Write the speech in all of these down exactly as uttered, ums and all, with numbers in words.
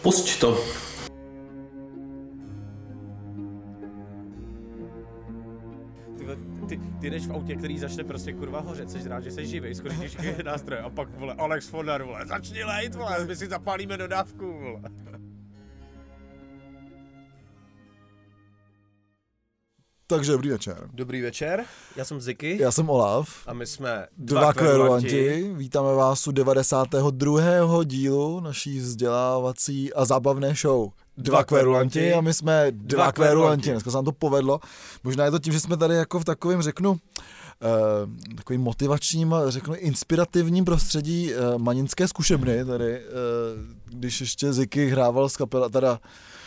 Pusť to. Ty, ty jdeš v autě, který začne prostě kurva hořet, seš rád, že jsi živej, skoro těžký nástroj a pak vole Alex Fodor, vole, začni lejt, vole, my si zapálíme dodávku, vole. Takže dobrý večer. Dobrý večer, já jsem Ziky. Já jsem Olaf. A my jsme dva, dva kverulanti. Vítáme vás u devadesátého druhého dílu naší vzdělávací a zábavné show. Dva kverulanti a my jsme dva, dva kverulanti. Dneska se nám to povedlo. Možná je to tím, že jsme tady jako v takovém, řeknu, Uh, takovým motivačním, řeknu, inspirativním prostředí uh, maninské zkušebny, tady, uh, když ještě Ziky hrával z kapela, teda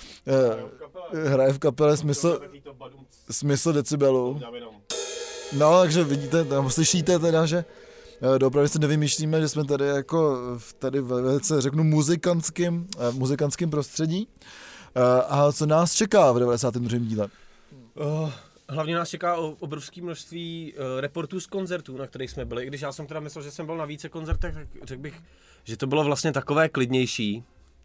uh, hraje v kapele smysl, smysl decibelu. No, takže vidíte, tam slyšíte teda, že uh, doopravdy se nevymýšlíme, že jsme tady jako tady velice, řeknu, muzikantským, uh, muzikantským prostředí. Uh, a co nás čeká v devadesátém druhém díle? Uh. Hlavně nás čeká obrovské množství uh, reportů z koncertů, na kterých jsme byli. I když já jsem teda myslel, že jsem byl na více koncertech, tak řekl bych, že to bylo vlastně takové klidnější.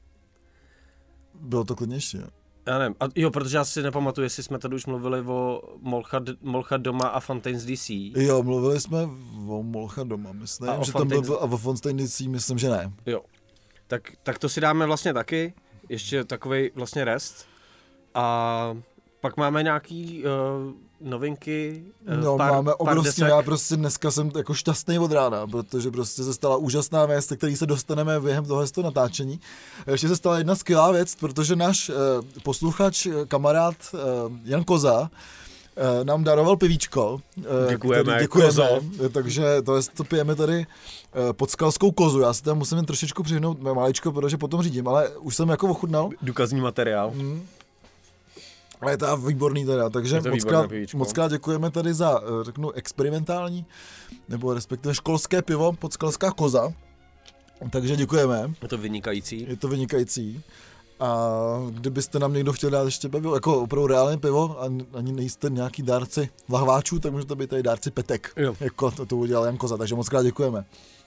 Bylo to klidnější, jo? Já nevím. A jo, protože já si nepamatuju, jestli jsme tady už mluvili o Molcha, Molcha doma a Fontaines D C. Jo, mluvili jsme o Molcha doma, myslím, a že Fontaines... tam byl, a o Fontaines D C myslím, že ne. Jo, tak, tak to si dáme vlastně taky, ještě takovej vlastně rest. A pak máme nějaký uh, novinky, uh, no, pár, máme obrovský, pár já prostě dneska jsem jako šťastný od rána, protože prostě se stala úžasná věc, ke který se dostaneme během tohoto natáčení. Ještě se stala jedna skvělá věc, protože náš uh, posluchač, kamarád uh, Jan Koza uh, nám daroval pivíčko. Uh, děkujeme, děkujeme Kozo. Takže to, je, to pijeme tady uh, Podskalskou kozu. Já si tam musím jen trošičku přihnout maličko, protože potom řídím, ale už jsem jako ochutnal. Důkazní materiál. Mm. Ale je to výborný teda, takže moc krát, moc krát děkujeme tady za, řeknu, experimentální, nebo respektive školské pivo Podskalská koza. Takže děkujeme. Je to vynikající. Je to vynikající. A kdybyste nám někdo chtěl dát ještě pivo, jako opravdu reálné pivo, a ani nejste nějaký dárci lahváčů, tak můžete být tady dárci petek. Jo. Jako to, to udělal Jan Koza, takže moc krát děkujeme.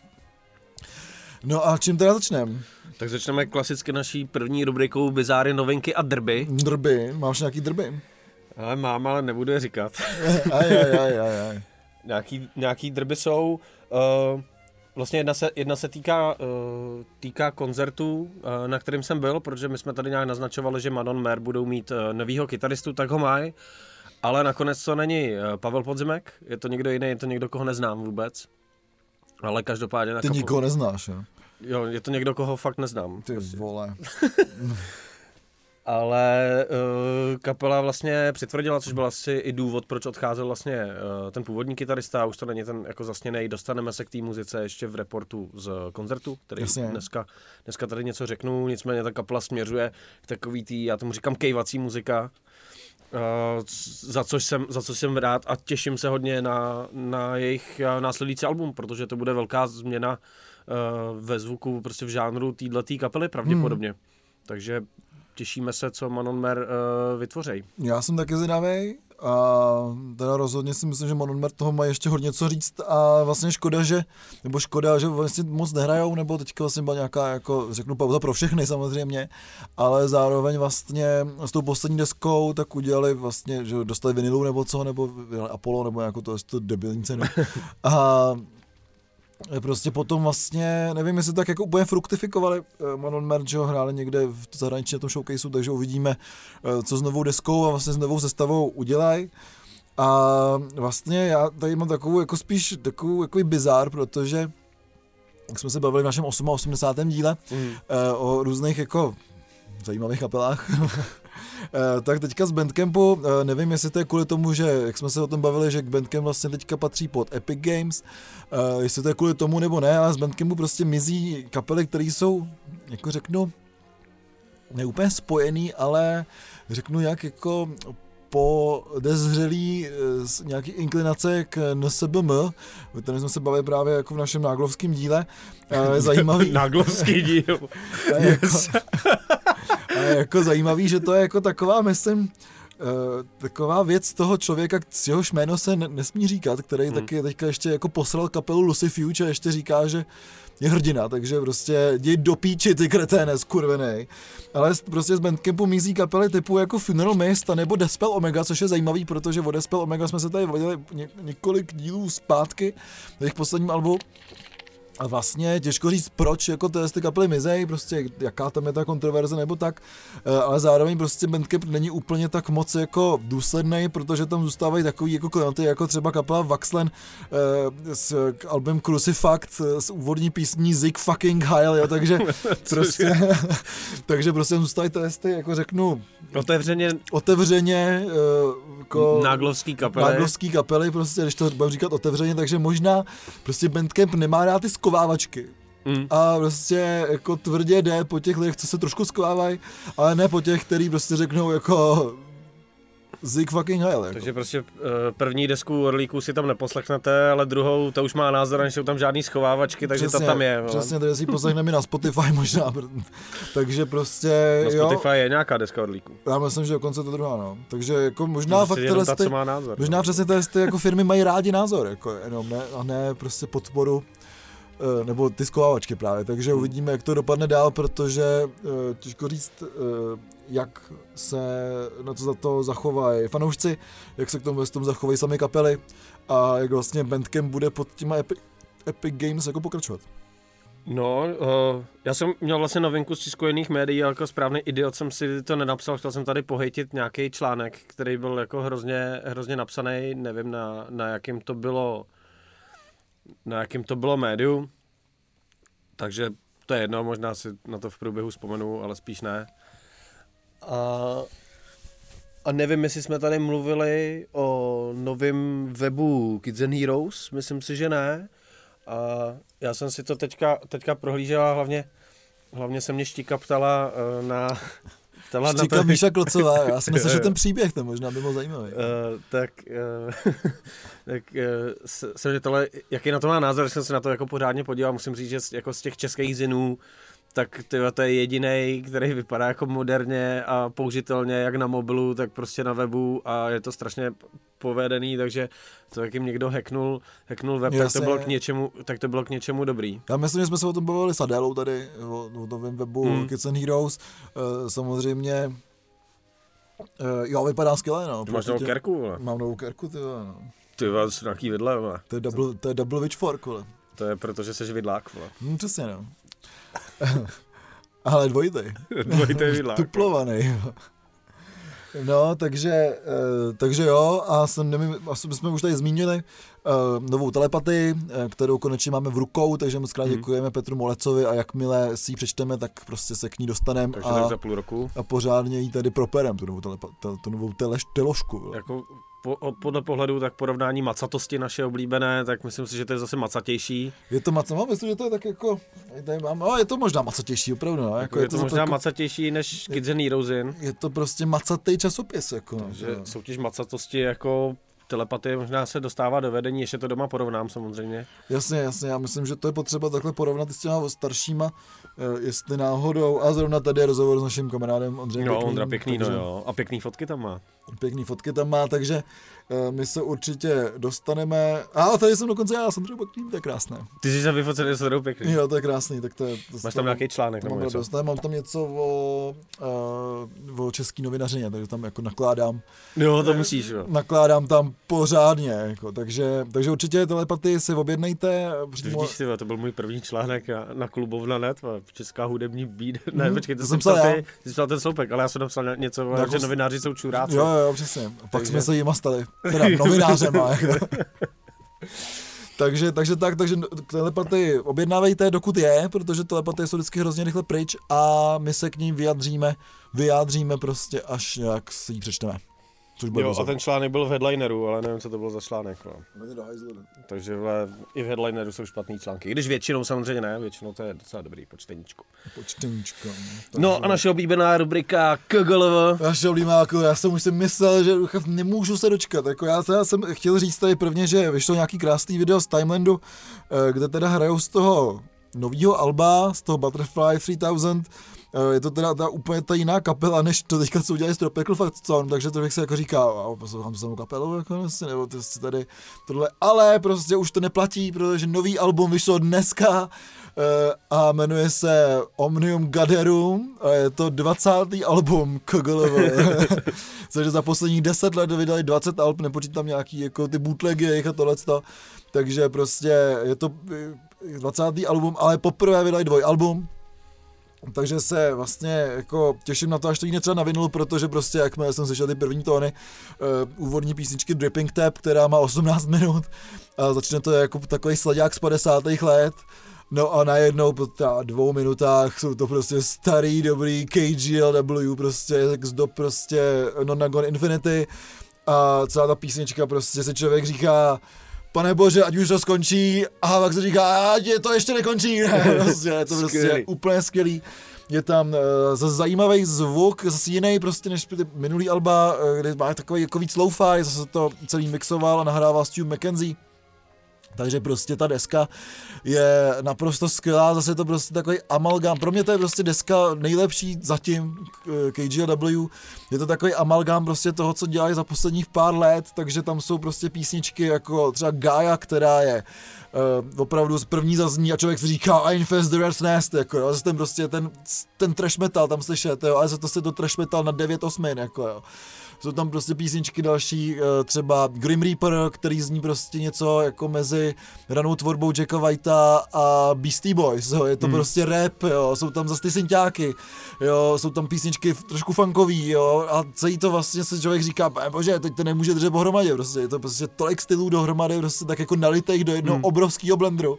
No a čím teda začneme? Tak začneme klasicky naší první rubrikou Bizáry, novinky a drby. Drby, máš nějaký drby? Ale mám, ale nebudu je říkat. aj, aj, aj, aj, aj. Nějaký, nějaký drby jsou, uh, vlastně jedna se, jedna se týká, uh, týká koncertu, uh, na kterým jsem byl, protože my jsme tady nějak naznačovali, že Manon Mer budou mít uh, novýho kytaristu, tak ho mají, ale nakonec to není uh, Pavel Podzimek, je to někdo jiný, je to někdo, koho neznám vůbec. Ale každopádně... Ty kapu... nikoho neznáš, jo? Jo, je to někdo, koho fakt neznám. Ty prostě. Vole. Ale uh, kapela vlastně přitvrdila, což byl asi i důvod, proč odcházel vlastně uh, ten původní kytarista, už to není ten jako zasněnej, dostaneme se k té muzice ještě v reportu z koncertu, který dneska, dneska tady něco řeknu, nicméně ta kapela směřuje k takový tý, já tomu říkám kejvací muzika, Uh, za, což jsem, za což jsem rád a těším se hodně na, na jejich uh, následující album, protože to bude velká změna uh, ve zvuku, prostě v žánru téhletý kapely pravděpodobně. Hmm. Takže těšíme se, co Manon Mer uh, vytvoří. Já jsem taky zvědavej a teda rozhodně si myslím, že Manon Mer toho má ještě hodně co říct a vlastně škoda, že, nebo škoda, že vlastně moc nehrajou, nebo teďka vlastně byla nějaká, jako řeknu, pauza pro všechny samozřejmě, ale zároveň vlastně s tou poslední deskou tak udělali vlastně, že dostali vinilu nebo co, nebo Apollo, nebo jako to je to debilní cenu. A prostě potom vlastně, nevím, jestli tak jako úplně fruktifikovali Manon Mer, že ho hráli někde v zahraničí na tom showcaseu, takže uvidíme, co s novou deskou a vlastně s novou sestavou udělají. A vlastně já tady mám takovou jako spíš takovou jako bizár, protože jak jsme se bavili v našem osmdesátém díle mm. o různých jako zajímavých kapelách, tak teďka z Bandcampu, nevím, jestli to je kvůli tomu, že, jak jsme se o tom bavili, že Bandcamp vlastně teďka patří pod Epic Games, jestli to je kvůli tomu nebo ne, ale z Bandcampu prostě mizí kapely, které jsou, jako řeknu, neúplně spojený, ale řeknu jak jako podezřelý nějaký inklinace k N S B M, o kterém jsme se bavili právě jako v našem náglovském díle. Zajímavý. Náglovský díl. Yes. A je jako zajímavý, že to je jako taková, myslím, uh, taková věc toho člověka, z jehož jméno se nesmí říkat, který hmm. taky teďka ještě jako posral kapelu Lucy Fuge a ještě říká, že je hrdina, takže prostě jdi do píči, ty kreténe, skurvenej. Ale prostě z Bandcampu mizí kapely typu jako Funeral Mist nebo Dispel Omega, což je zajímavý, protože o Dispel Omega jsme se tady viděli ně- několik dílů zpátky v jejich posledním albu. A vlastně těžko říct, proč jako ty, ty kapely mizej, prostě jaká tam je ta kontroverze nebo tak, ale zároveň prostě Bandcamp není úplně tak moc jako důslednej, protože tam zůstávají takový jako klienty, jako třeba kapela Vaxlen s album Crucifact s úvodní písní Zig fucking Heil, jo, takže prostě, takže prostě zůstávají ty, jako řeknu, otevřeně, otevřeně jako náglovský kapely, náglovský kapely, prostě, když to budeme říkat otevřeně, takže možná prostě Bandcamp nemá rád ty skovávačky. Mm. A prostě jako tvrdě jde po těch lidech, co se trošku skovávají, ale ne po těch, který prostě řeknou jako Zig fucking Heil. Jako. Takže prostě první desku Orlíků si tam neposlechnete, ale druhou, to už má názor, než jsou tam žádný schovávačky, takže přesně, to tam je. Přesně, takže si poslechneme na Spotify možná. Takže prostě, na Spotify jo, je nějaká deska Orlíků. Já myslím, že dokonce to druhá, no. Takže jako možná no, fakt ta, ty, má názor, možná no. Přesně ty jako firmy mají rádi názor, jako jenom ne, a ne prostě podporu nebo ty skovávačky právě, takže hmm. uvidíme, jak to dopadne dál, protože uh, těžko říct, uh, jak se na to za to zachovají fanoušci, jak se k tomu, tomu zachovají sami kapely a jak vlastně Bandcamp bude pod těma Epic, Epic Games jako pokračovat. No, uh, já jsem měl vlastně novinku z tiskojených médií, ale jako správný idiot jsem si to nenapsal, chtěl jsem tady pohejtit nějaký článek, který byl jako hrozně, hrozně napsaný, nevím na, na jakým to bylo na jakým to bylo médiu, takže to je jedno, možná si na to v průběhu vzpomenu, ale spíš ne. A, a nevím, jestli jsme tady mluvili o novém webu Kids and Heroes, myslím si, že ne. A já jsem si to teďka, teďka prohlížel a hlavně, hlavně se mě Štika ptala uh, na... Štika Míša Klocová, já si myslím, že ten příběh to možná by byl zajímavý. Uh, tak uh, tak uh, jsem že tohle, jaký na to má názor, jsem se na to jako pořádně podíval, musím říct, že jako z těch českých zinů, tak tyhle, to je jedinej, který vypadá jako moderně a použitelně jak na mobilu, tak prostě na webu a je to strašně povedený, takže to, jak jim někdo hacknul, hacknul web, tak to, bylo k něčemu, tak to bylo k něčemu dobrý. Já myslím, že jsme se o tom bavili s Adélou tady, o, o novém webu hmm. Kids and Heroes. Uh, samozřejmě, uh, jo, vypadá skvěle, no. Ty máš novou kerku, vole. Mám novou kerku, ty vole, no. Ty vás nějaký vidle, vole. To je double, to je double witchfork, vole. To je proto, že jsi vidlák, vole. Hmm, přesně, no. Ale dvojitý. Dvojitý vidlák. Tuplovaný, jo. No, takže, uh, takže jo, a jsem, nevím, asi bychom už tady zmínili uh, novou telepatii, uh, kterou konečně máme v rukou, takže moc krát hmm. děkujeme Petru Molecovi a jakmile si ji přečteme, tak prostě se k ní dostaneme takže a, tak za půl roku. A pořádně ji tady properem, tu novou, telepa, tel, tu novou teleš, teložku. Jako po, podle pohledu, tak porovnání macatosti naše oblíbené, tak myslím si, že to je zase macatější. Je to macatější, no, myslím, že to je tak jako, tady mám, no, je to možná macatější, opravdu. No, jako je, je to, to možná tak, macatější než Kids and Heroes. Je to prostě macatý časopis. Jako, takže no. Soutěž macatosti jako telepatie možná se dostává do vedení, ještě to doma porovnám samozřejmě. Jasně, jasně, já myslím, že to je potřeba takhle porovnat s těma staršíma, jestli náhodou, a zrovna tady je rozhovor s naším kamarádem Ondřejem no, Pěkným. Ondra Pěkný, takže, no jo, a pěkný fotky tam má. Pěkný fotky tam má, takže uh, my se určitě dostaneme, a tady jsem dokonce já, Ondřejem Pěkným, to je krásné. Ty jsi se vyfocený s Ondrou Pěkným. Jo, to je krásný, tak to je... To máš tam nějaký článek nebo něco? Dost, mám tam něco o, uh, o český novinařině, takže tam jako nakládám. Jo, to musíš, jo. Nakládám tam pořádně, jako, takže, takže určitě telepatii si objednejte. Přímo... Vidíš, tyhle, to byl můj první článek na, na klubovna net, česká hudební bíd. Ne, hmm, počkej, to, to jsem psal ty, ty jsi psal ten sloupek, ale já jsem napsal něco, jako, že novináři jsou čuráci. Jo, jo, přesně. A pak takže... jsme se jima stali, teda novinářema. Jako. takže, takže tak, takže telepatii objednávejte, dokud je, protože telepatie jsou vždycky hrozně rychle pryč a my se k ní vyjadříme, vyjádříme prostě, až nějak si ji přečteme. Jo, a ten článek byl v headlineru, ale nevím, co to bylo za článek. No. Takže vle, i v headlineru jsou špatný články. Když většinou samozřejmě ne, většinou to je docela dobrý počteníčko. Počteníčko. No, no a naše oblíbená rubrika K G L V. Naše oblíbená, jako já jsem už si myslel, že nemůžu se dočkat. Jako já, já jsem chtěl říct tady prvně, že vyšlo nějaký krásný video z Timelandu, kde teda hrajou z toho novýho alba, z toho Butterfly tři tisíce, je to teda ta úplně ta jiná kapela, než to teďka, co udělali z Tropical Fat Zone, takže to bych si jako říká, wow, poslouchám samou kapelu, jako vlastně, nebo to si tady tohle, ale prostě už to neplatí, protože nový album vyšlo dneska uh, a jmenuje se Omnium Gatherum a je to dvacátý album K G L V. Takže za posledních deset let vydali dvacet alb, nepočítám nějaký jako ty bootlegy jejich a tohleto, takže prostě je to dvacátý album, ale poprvé vydali dvojalbum. Takže se vlastně jako těším na to, až to jde třeba na vinyl, protože prostě jakmile jsem slyšel ty první tóny uh, úvodní písničky Dripping Tap, která má osmnáct minut a začne to jako takový sladák z padesátých let. No a najednou po dvou minutách jsou to prostě starý, dobrý K G L W, prostě z dob prostě Non Gone Infinity a celá ta písnička prostě se člověk říká, pane bože, ať už to skončí, a pak se říká, ať je to ještě nekončí, ne, prostě, je to prostě úplně skvělý. Je tam uh, zase zajímavý zvuk, zase jiný prostě než ty minulý alba, uh, kde má takový jako víc lo-fi, zase to celý mixoval a nahrával Stu McKenzie. Takže prostě ta deska je naprosto skvělá, zase je to prostě takový amalgám, pro mě to je prostě deska nejlepší zatím K G L W, je to takový amalgám prostě toho, co dělají za posledních pár let, takže tam jsou prostě písničky jako třeba Gaia, která je uh, opravdu z první zazní a člověk si říká I Infest the Rat's Nest, jako jo, zase ten prostě ten, ten trash metal tam slyšet, jo, ale to se to trash metal na devět osmin, jako jo. Jsou tam prostě písničky další, třeba Grim Reaper, který zní prostě něco jako mezi ranou tvorbou Jacka Whitea a Beastie Boys, jo. Je to hmm. prostě rap, jo. Jsou tam zase ty synťáky, jo. Jsou tam písničky trošku funkový, jo. A celý to vlastně se člověk říká, bože, teď to nemůže držet pohromadě, prostě. Je to prostě tolik stylů dohromady, prostě tak jako nalitej do jednoho hmm. obrovského blendru.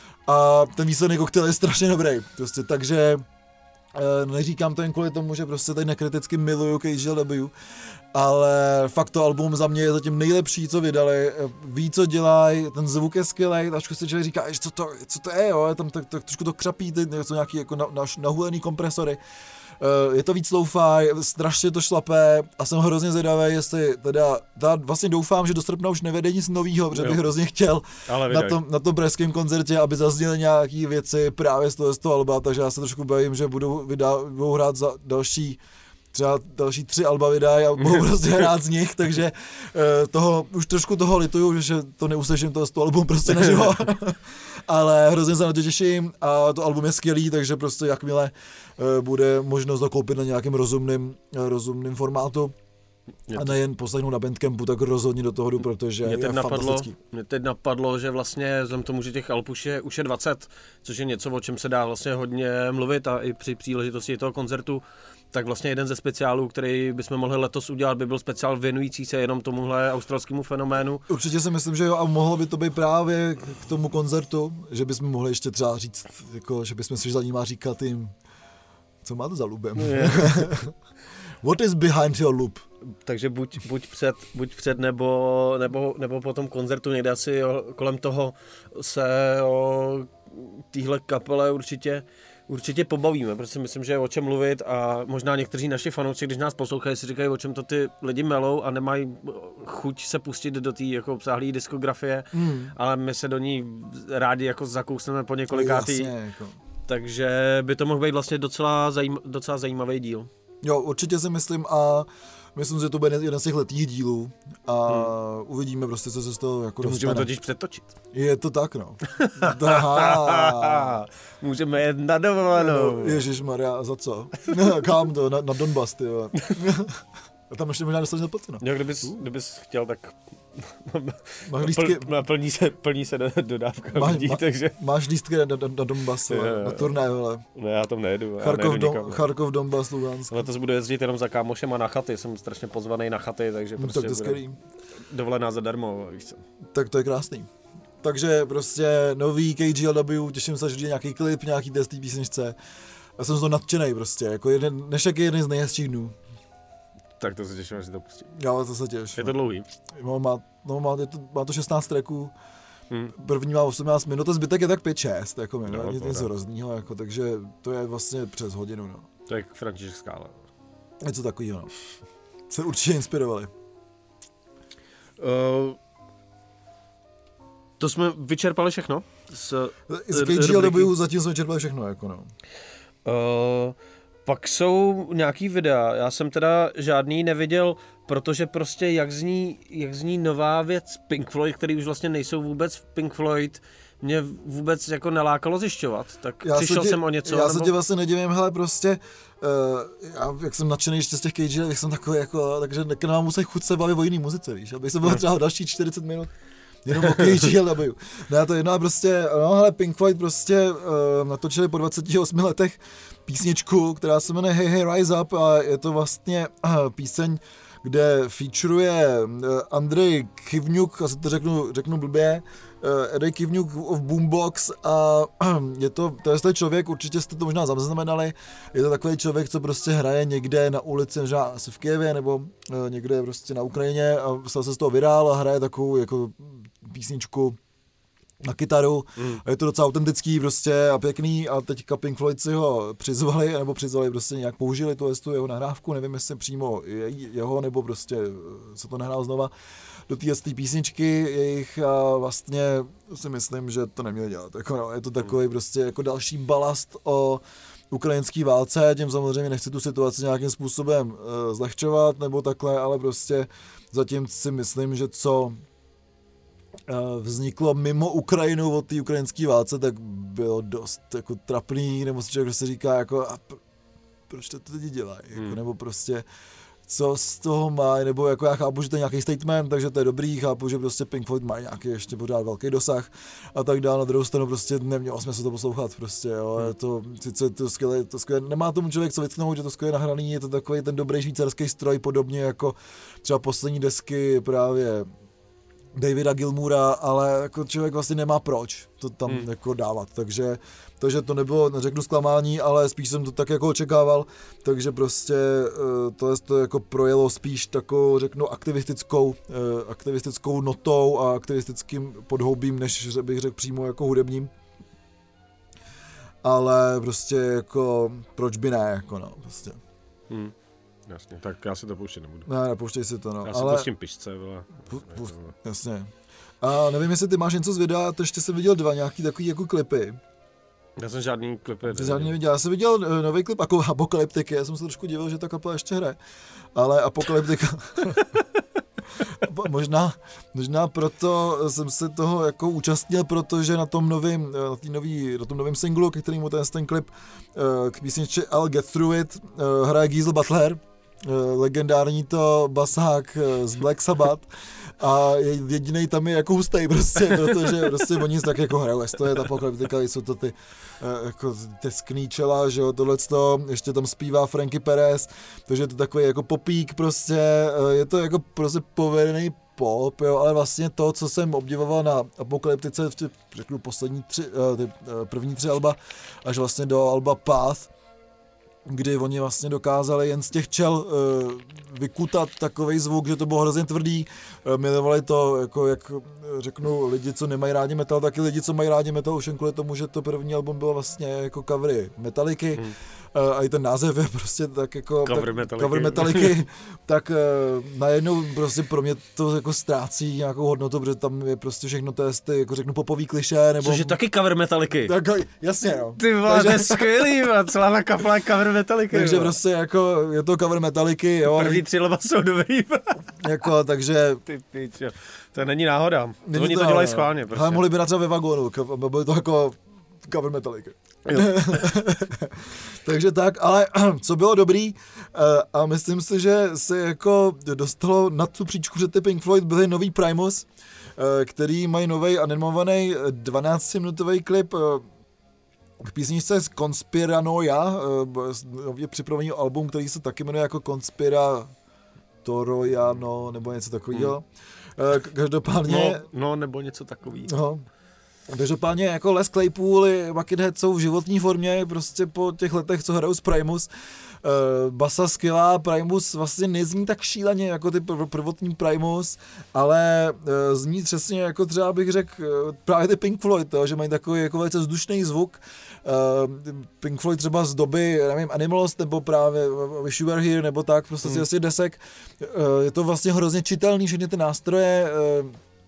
A ten výsledný koktejl je strašně dobrý, prostě, takže neříkám to jen kvůli tomu, že prostě tady nekriticky miluju K G L W, ale fakt to album za mě je zatím nejlepší, co vydali, ví, co dělají, ten zvuk je skvělej, trošku si člověk říká, co to, co to je, jo, tam tak, tak trošku to křapí, ty, jsou nějaký jako na, na, nahulený kompresory, je to víc lo-fi, strašně to šlapé a jsem hrozně zvědavý, jestli teda, teda vlastně doufám, že do srpna už nevede nic novýho, protože bych hrozně chtěl na tom, na tom pražském koncertě, aby zazněly nějaký věci právě z toho, z toho alba, takže já se trošku bavím, že budou, vydá, budou hrát za další třeba další tři alba vydají a budou prostě hrát z nich, takže uh, toho, už trošku toho lituju, že to neuslyším to z toho album prostě naživo, ale hrozně se na to těším a to album je skvělý, takže prostě jakmile uh, bude možnost ho koupit na nějakém rozumným, uh, rozumným formátu a nejen poslechnout na Bandcampu, tak rozhodně do toho jdu, protože mě je napadlo, fantastický. Mě teď napadlo, že vlastně vzhledem tomu, že těch alb už je, už je dvacet, což je něco, o čem se dá vlastně hodně mluvit a i při příležitosti toho koncertu, tak vlastně jeden ze speciálů, který bychom mohli letos udělat, by byl speciál věnující se jenom tomuhle australskému fenoménu. Určitě si myslím, že jo, a mohlo by to být právě k tomu koncertu, že bychom mohli ještě třeba říct, jako, že bychom si za ním říkat jim, co má to za lubem. Yeah. What is behind your loop? Takže buď, buď před, buď před nebo, nebo, nebo po tom koncertu někde asi jo, kolem toho se o téhle kapele určitě Určitě pobavíme, protože si myslím, že je o čem mluvit a možná někteří naši fanoušci, když nás poslouchají, si říkají, o čem to ty lidi melou a nemají chuť se pustit do té jako obsáhlé diskografie, mm. ale my se do ní rádi jako zakousneme po několikátý, jako. Takže by to mohl být vlastně docela, zajím, docela zajímavý díl. Jo, určitě si myslím a myslím, že to bude jeden z těch letých dílů a hmm. uvidíme prostě, co se z toho jako to dostane. Můžeme totiž přetočit. Je to tak, no. Můžeme jet na dovolenou. No, ježišmarja, za co? Kam to? Na, na Donbas, ty jo. A tam ještě možná dostaneš zaplaceno. Jo, kdybys, uh. kdybys chtěl, tak máš lístky... plní se, plní se dodávka máš, lidí, má, takže... Máš lístky na, na, na Donbas, jo, na turné, vole. Ne, já tam nejedu. Charkov, nejedu Dom, Charkov, Donbas, Lugansk. Letos budu jezdit jenom za kámošem a na chaty, jsem strašně pozvaný na chaty, takže prostě tak to skvělý. Dovolená zadarmo, víš co. Tak to je krásný. Takže prostě nový K G L W, těším se, že je nějaký klip, nějaký test té písničce. Já jsem z toho nadšenej prostě, jako jeden, dnešek je jeden z nejhezčích dnů. Tak to se těším, že si to pustí. Já to se těším. Je to dlouhý? No, má, no, má, to, má to šestnáct tracků, hmm. první má osmnáct minut, a zbytek je tak pět šest, jako mi, no, nic hroznýho, jako, takže to je vlastně přes hodinu, no. To je jak František Skála. Něco takovýho, no. Se určitě inspirovali. Uh, to jsme vyčerpali všechno? Z, z K G L W zatím jsme vyčerpali všechno, jako no. Uh, Pak jsou nějaký videa, já jsem teda žádný neviděl, protože prostě jak zní, jak zní nová věc Pink Floyd, který už vlastně nejsou vůbec Pink Floyd, mě vůbec jako nelákalo zjišťovat, tak já přišel tě, jsem o něco. Já nebo... se tě vlastně nedivím, hele prostě, uh, já, jak jsem nadšený ještě z těch Cage, jak jsem takový jako, takže nám musí chuť se bavit o jiný muzice, víš, abych se byl třeba další čtyřicet minut. Jenom o Cage nabiju. Ne, to jedná prostě, no hele, Pink Floyd prostě uh, natočili po dvaceti osmi letech písničku, která se jmenuje Hey Hey Rise Up a je to vlastně uh, píseň, kde featuruje uh, Andrej Kivňuk, asi to řeknu, řeknu blbě, uh, Andrej Kivňuk of Boombox a uh, je to, to je ten člověk, určitě jste to možná zaznamenali, je to takový člověk, co prostě hraje někde na ulici, možná asi v Kyjevě nebo uh, někde prostě na Ukrajině a stal se z toho virál a hraje takovou jako písničku na kytaru mm. a je to docela autentický prostě a pěkný a teďka Pink Floyd si ho přizvali, nebo přizvali prostě nějak použili tu, tu jeho nahrávku, nevím jestli přímo jeho, nebo prostě se to nahrál znova do té písničky jejich a vlastně si myslím, že to neměli dělat, jako no, je to takový mm. prostě jako další balast o ukrajinské válce, tím samozřejmě nechci tu situaci nějakým způsobem uh, zlehčovat nebo takhle, ale prostě zatím si myslím, že co vzniklo mimo Ukrajinu od té ukrajinské válce, tak bylo dost jako trapný, nebo si člověk se říká jako a pr- proč to lidi dělají, hmm. jako, nebo prostě co z toho má, nebo jako já chápu, že to je nějaký statement, takže to je dobrý, chápu, že prostě Pink Floyd má nějaký ještě pořád velký dosah a tak dále, na druhou stranu prostě nemělo smysl to poslouchat prostě, jo, hmm. je to, sice to skvělé, to skvělé, nemá tomu člověk co vytknout, že to skvělé nahraný, je to takový ten dobrý švýcarský stroj, podobně jako třeba poslední desky právě Davida Gilmoura, ale jako člověk vlastně nemá proč to tam hmm. jako dávat, takže, takže to nebylo, neřeknu zklamání, ale spíš jsem to tak jako očekával, takže prostě to, to jako projelo spíš takovou, řeknu, aktivistickou, aktivistickou notou a aktivistickým podhoubím, než bych řekl přímo jako hudebním. Ale prostě jako, proč by ne, jako no, prostě. Hmm. Jasně, tak já si to pouštět nebudu. Ne, nepouštěj si to, no. Já si ale... pustím pišce, vole. Pu, pu, jasně. A nevím, jestli ty máš něco z videa, to ještě jsem viděl dva nějaký takový jako klipy. Já jsem žádný klipy neviděl. Žádný neviděl. Já jsem viděl nový klip jako Apokalyptiky, já jsem se trošku divil, že ta kapela ještě hraje. Ale Apokalyptika... možná, možná proto jsem se toho jako účastnil, protože na tom novým, na, tý nový, na tom novým singlu, ke kterému ten, ten klip k písničce I'll Get Through It hraje Geezer Butler, legendární to basák z Black Sabbath a jedinej tam je jako hustej prostě, protože prostě oni tak jako hrajou, to je ta Apokalyptika, jsou to ty jako teskný čela, že jo, tohleto, ještě tam zpívá Frankie Perez, takže je to takový jako popík prostě, je to jako prostě povedený pop, jo, ale vlastně to, co jsem obdivoval na Apokalyptice, řeknu poslední tři, ty první tři alba, až vlastně do alba Path, kdy oni vlastně dokázali jen z těch čel uh, vykutat takovej zvuk, že to bylo hrozně tvrdý. Uh, milovali to, jako jak řeknu, lidi, co nemají rádi metal, taky lidi, co mají rádi metal, už jen kvůli tomu, že to první album bylo vlastně jako covery Metalliky. Hmm. Uh, a i ten název je prostě tak jako cover tak, Metalliky, cover Metalliky tak uh, najednou prostě pro mě to jako ztrácí nějakou hodnotu, protože tam je prostě všechno to je, jako řeknu, popový klišé, nebo... Což je taky cover Metalliky. Tak, jasně, no. Ty vole, takže... to je skvělý, man. Celá na kapela cover Metalliky. Takže prostě jako, je to cover Metalliky, jo. První tři leba jsou dobrý. Jako, takže... Ty pičo. To není náhoda. Není Oni to, to dělají schválně, prostě. Ale mohli by na třeba ve vagónu, bylo to jako cover Metalliky. Takže tak, ale co bylo dobrý a myslím si, že se jako dostalo na tu příčku, že ty Pink Floyd byly nový Primus, který mají nový animovaný dvanáctiminutový klip k písničce z Conspiranoia, nově připravený album, který se taky jmenuje jako Conspiratoroiano nebo něco takového. Hmm. Každopádně... No, no, nebo něco takového. No. Každopádně jako Les Claypool i Buckethead jsou v životní formě prostě po těch letech, co hrajou z Primus. Uh, basa skvělá, Primus vlastně nezní tak šíleně jako ty prvotní Primus, ale uh, zní přesně jako třeba bych řekl uh, právě ty Pink Floyd, to, že mají takový jako velice vzdušný zvuk. Uh, Pink Floyd třeba z doby, nevím, Animals nebo právě Wish You Were Here nebo tak, prostě hmm. si asi desek. Uh, je to vlastně hrozně čitelný, všechny ty nástroje, uh,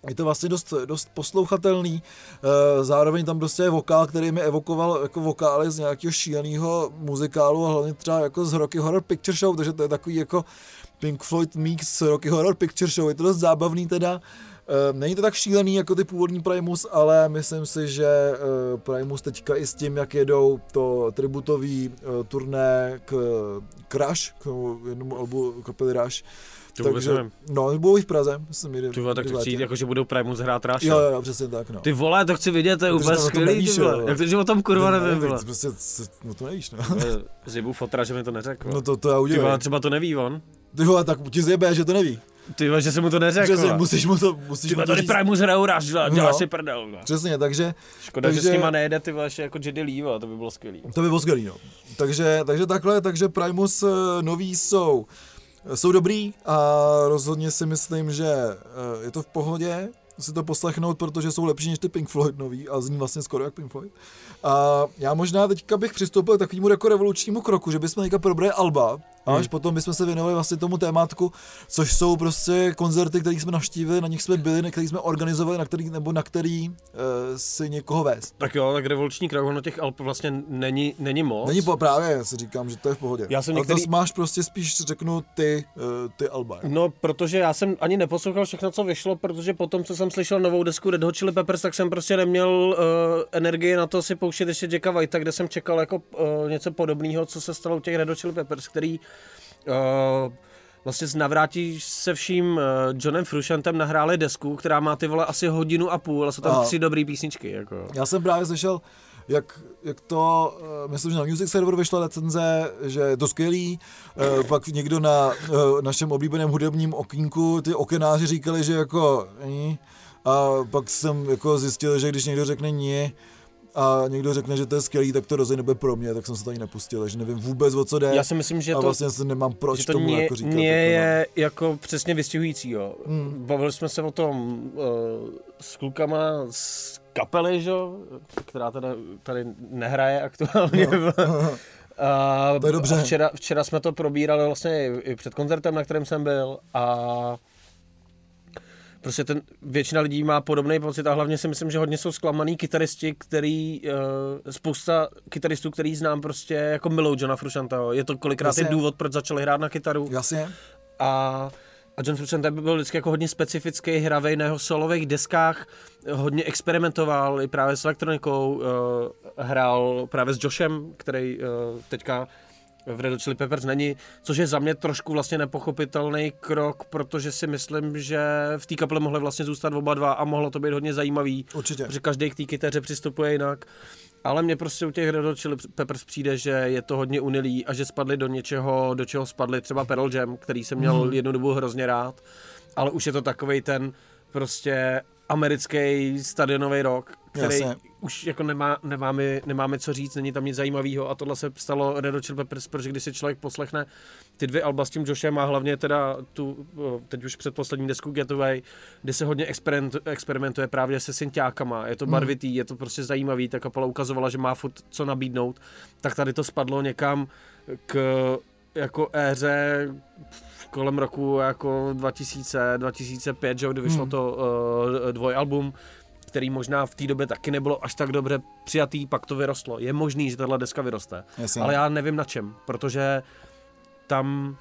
je to vlastně dost, dost poslouchatelný, zároveň tam prostě je vokál, který mi evokoval jako vokály z nějakého šíleného muzikálu a hlavně třeba jako z Rocky Horror Picture Show, takže to je takový jako Pink Floyd mix Rocky Horror Picture Show, je to dost zábavný teda. Není to tak šílený jako ty původní Primus, ale myslím si, že Primus teďka i s tím, jak jedou to tributový turné k, k Rush, k jednomu albu kapely Rush. To takže, no, budou i v Praze. Ty vole, tak to chci jít, jako že budou Primus hrát Rush. Jo, jo, přesně tak, no. Ty vole, to chci vidět, to je úplně skvělý, ty vole. Jak to, že o tom kurva nevím, vole. Prostě, no to nevíš, no. Zjebu fotra, že mi to neřekl. No to, to já udělám. Ty vole, třeba to neví on. Ty vole, tak ti zjebe, že to neví. Ty vole, že se mu to neřekl. Přesně, musíš mu to, musíš ty mu to tady říct. Primus hrajou Rush, děláš no, si prdel. No. Přesně, takže... Škoda, takže, že s nima nejede, ty vole, jako Jedi Lee, to by bylo skvělý. To by bylo skvělý, no. Takže, takže takhle, takže Primus noví jsou... Jsou dobrý a rozhodně si myslím, že je to v pohodě si to poslechnout, protože jsou lepší než ty Pink Floyd nový a zní vlastně skoro jak Pink Floyd. A já možná teďka bych přistoupil k takovému jako revolučnímu kroku, že bychom teďka probrali alba a až hmm. potom bychom se věnovali vlastně tomu témátku, což jsou prostě koncerty, které jsme navštívili, na nich jsme byli, na kterých jsme organizovali, na který, nebo na který uh, si někoho vést. Tak jo, tak revoluční krok, ono těch alb vlastně není, není moc. Není po, právě, já si říkám, že to je v pohodě. Já jsem některý... Ale to máš prostě spíš, řeknu, ty, uh, ty alba. No, protože já jsem ani neposlouchal všechno, co vyšlo, protože potom, co jsem slyšel novou desku Red Hot Chili Peppers, tak jsem prostě neměl uh, energii na to si pouštět ještě Jacka Whitea, kde jsem čekal jako uh, něco podobného, co se stalo u těch Red Hot Chili Peppers, který uh, vlastně navrátí se vším uh, Johnem Frusciantem nahráli desku, která má ty vole asi hodinu a půl, ale jsou tam Aha. tři dobrý písničky. Jako. Já jsem právě slyšel, jak, jak to, uh, myslím, že na Music Server vyšla recenze, že je to skvělý, uh, pak někdo na uh, našem oblíbeném hudebním okýnku, ty okenáři říkali, že jako uh, a pak jsem jako zjistil, že když někdo řekne nie a někdo řekne, že to je skvělý, tak to rozhodně nebude pro mě, tak jsem se tady nepustil, takže nevím vůbec, o co jde. Já si myslím, že a to, vlastně se nemám proč že to tomu nie, jako říkat. Nie je jako přesně vystihující, jo. Hmm. Bavili jsme se o tom uh, s klukama z kapely, že? Která tady, tady nehraje aktuálně. No. A, to je dobře. A včera, včera jsme to probírali vlastně i před koncertem, na kterém jsem byl a prostě ten, většina lidí má podobný pocit a hlavně si myslím, že hodně jsou zklamaný kytaristi, který, uh, spousta kytaristů, který znám prostě jako milou Johna Fruscianteho. Je to kolikrát je důvod, proč začali hrát na kytaru. Jasně. A, a John Frusciante byl vždycky jako hodně specifický, hravej na jeho solových deskách, hodně experimentoval i právě s elektronikou, uh, hrál právě s Joshem, který uh, teďka v Red Hot Chili Peppers není, což je za mě trošku vlastně nepochopitelný krok, protože si myslím, že v té kapele mohli vlastně zůstat oba dva a mohlo to být hodně zajímavý. Určitě. Protože každý k té kytaře přistupuje jinak. Ale mně prostě u těch Red Hot Chili Peppers přijde, že je to hodně unilý a že spadli do něčeho, do čeho spadli třeba Pearl Jam, který jsem měl hmm. jednu dobu hrozně rád, ale už je to takovej ten prostě americký stadionový rock, který Jasně. už jako nemá, nemáme, nemáme co říct, není tam nic zajímavého a tohle se stalo Red Hot Chili Peppers, protože když si člověk poslechne ty dvě alba s tím Joshem a hlavně teda tu, teď už předposlední desku Getaway, kde se hodně experimentuje právě se synťákama, je to barvitý, hmm. je to prostě zajímavý, ta kapela ukazovala, že má furt co nabídnout, tak tady to spadlo někam k jako éře kolem roku jako dva tisíce, dva tisíce pět, že kdy vyšlo hmm. to uh, dvojalbum, který možná v té době taky nebylo až tak dobře přijatý, pak to vyrostlo. Je možný, že tahle deska vyroste, Jasně. ale já nevím na čem, protože tam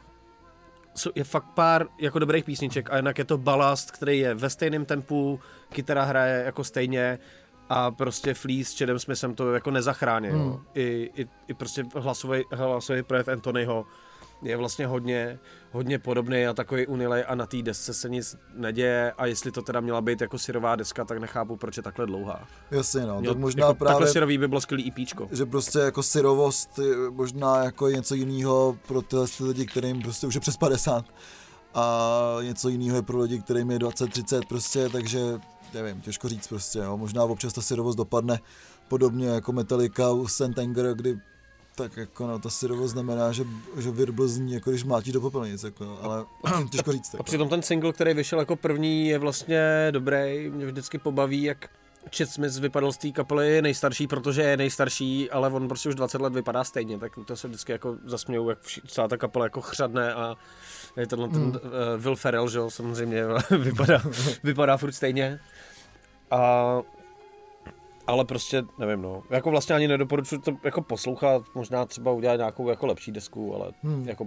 je fakt pár jako dobrých písniček a jinak je to balast, který je ve stejném tempu, kytara hraje jako stejně a prostě Flea s Chadem Smithem to jako nezachrání. Hmm. I, i, I prostě hlasový, hlasový projev Anthonyho je vlastně hodně, hodně podobný a takový unilej a na té desce se nic neděje a jestli to teda měla být jako syrová deska, tak nechápu, proč je takhle dlouhá. Jasně, no, Měl, tak možná jako, právě... Takhle syrový by bylo skvělý EPčko. Že prostě jako syrovost možná jako něco jiného pro tyhle lidi, kterým prostě už je přes padesát a něco jiného je pro lidi, kterým je dvacet třicet prostě, takže nevím, těžko říct prostě, jo. Možná občas ta syrovost dopadne podobně jako Metallica u Saint Anger, kdy tak jako no, ta syrovost znamená, že, že virbl zní, jako když mlátí do popelnic, jako, ale těžko říct. A přitom ten single, který vyšel jako první, je vlastně dobrý, mě vždycky pobaví, jak Chet Smith vypadal z té kapely nejstarší, protože je nejstarší, ale on prostě už dvacet let vypadá stejně, tak to se vždycky jako zasmějou, jak vši, celá ta kapela jako chřadne a je tenhle ten mm. uh, Will Ferrell, že jo, samozřejmě vypadá, vypadá furt stejně. A, ale prostě, nevím no, jako vlastně ani nedoporučuji to jako poslouchat, možná třeba udělat nějakou jako lepší desku, ale mm. jako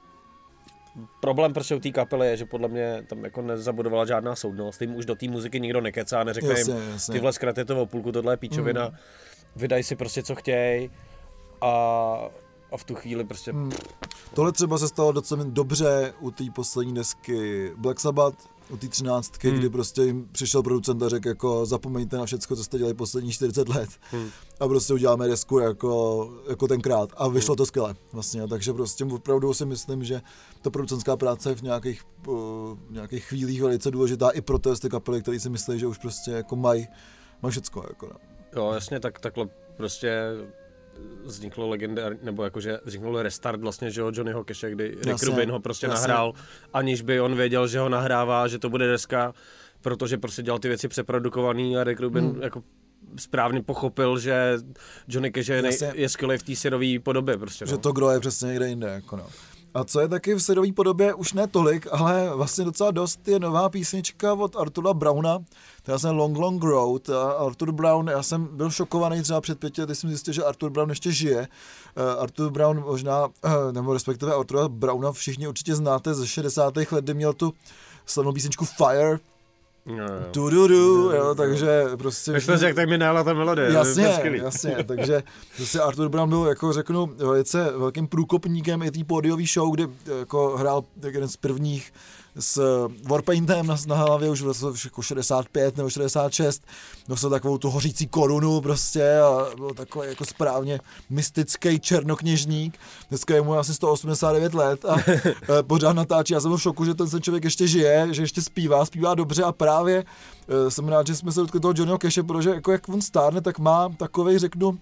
problém prostě u té kapely je, že podle mě tam jako nezabudovala žádná soudnost, tím už do té muziky nikdo nekecá, neřekne jasně, jim, jasně. Tyhle zkratětovou půlku, tohle je píčovina, mm. vydaj si prostě co chtěj a, a v tu chvíli prostě... Mm. Tohle třeba se stalo docela dobře u té poslední desky Black Sabbath, u té třináctky, hmm. kdy prostě jim přišel producent a řekl jako zapomeňte na všecko, co jste dělali poslední čtyřicet let hmm. a prostě uděláme desku jako, jako tenkrát a vyšlo hmm. to skvěle vlastně, takže prostě opravdu si myslím, že ta producentská práce je v nějakých, uh, nějakých chvílích velice důležitá i pro ty kapely, které si myslí, že už prostě jako mají maj všecko jako no. Jo jasně, tak takhle prostě vzniklo legendární, nebo jakože vzniknul restart vlastně, že jo, Johnnyho Cashe, kdy Rick jasně, Rubin ho prostě jasně. nahrál, aniž by on věděl, že ho nahrává, že to bude deska, protože prostě dělal ty věci přeprodukovaný a Rick Rubin hmm. jako správně pochopil, že Johnny Cash je, nej, je skvělý v té syrové podobě prostě. No. Že to gro je přesně někde jinde, jako no. A co je taky v syrové podobě, už ne tolik, ale vlastně docela dost, je nová písnička od Artura Browna, která se Long Long Road. A Artur Brown, já jsem byl šokovaný třeba před pěti lety, jsem zjistil, že Artur Brown ještě žije. Uh, Artur Brown možná, uh, nebo respektive Artura Browna všichni určitě znáte ze šedesátých let, kdy měl tu slavnou písničku Fire. No, jo. Du, du, du, jo, takže prostě... Myšlen si, jak tak mi nála ta melodie. Jasně, jasně, takže prostě Artur Brown byl, jako řeknu, velice velkým průkopníkem i té pódiové show, kde jako hrál jeden z prvních s Warpaintem na, na hlavě už v roce jako šedesát pět nebo šedesát šest, nosil takovou tu hořící korunu prostě a byl takový jako správně mystický černokněžník. Dneska je mu asi sto osmdesát devět let a pořád natáčí. Já jsem byl v šoku, že ten člověk ještě žije, že ještě zpívá, zpívá dobře a právě jsem rád, že jsme se dotkli toho Johnnyho Cashe, protože jako jak on stárne, tak má takovej, řeknu,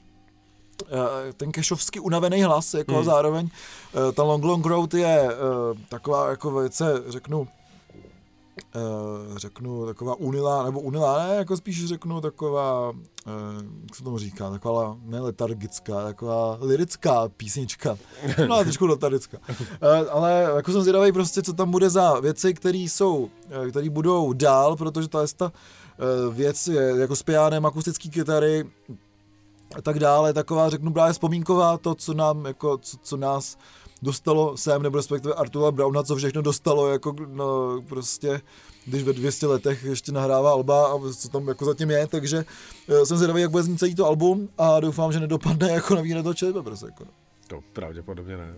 ten cashovský unavený hlas, jako hmm. zároveň ta Long Long Road je uh, taková jako velice, řeknu, uh, řeknu taková unilá, nebo unilá, ne, jako spíš řeknu taková, uh, jak se tomu říká, taková ne letargická, taková lirická písnička, no ale trošku letargická, uh, ale jako jsem zvědavý prostě, co tam bude za věci, které jsou, které budou dál, protože ta, ta uh, věc je jako s pianem, akustický kytary, a tak dále, taková, řeknu, právě vzpomínková, to, co nám, jako, co, co nás dostalo sem, nebo respektive Artura Browna, co všechno dostalo, jako, no, prostě, když ve dvě stě letech ještě nahrává alba a co tam jako zatím je, takže uh, jsem zvědavý, jak bude znít celý to album a doufám, že nedopadne jako na Výhra Chili Peppers, jako. To pravděpodobně ne.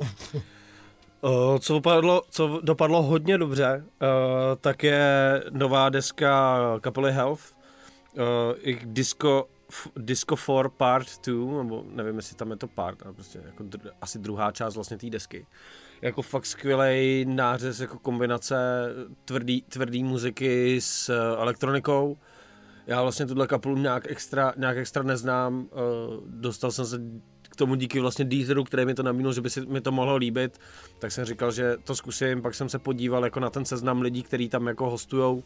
uh, co, dopadlo, co dopadlo hodně dobře, uh, tak je nová deska kapely Health, uh, i disco Disco four Part two, nebo nevím, jestli tam je to part, ale prostě jako dr- asi druhá část vlastně té desky. Jako fakt skvělej nářez, jako kombinace tvrdý, tvrdý muziky s uh, elektronikou. Já vlastně tuhle kapelu nějak extra, nějak extra neznám, uh, dostal jsem se k tomu díky vlastně Deezeru, který mi to nabídnul, že by si mi to mohlo líbit, tak jsem říkal, že to zkusím, pak jsem se podíval jako na ten seznam lidí, kteří tam jako hostujou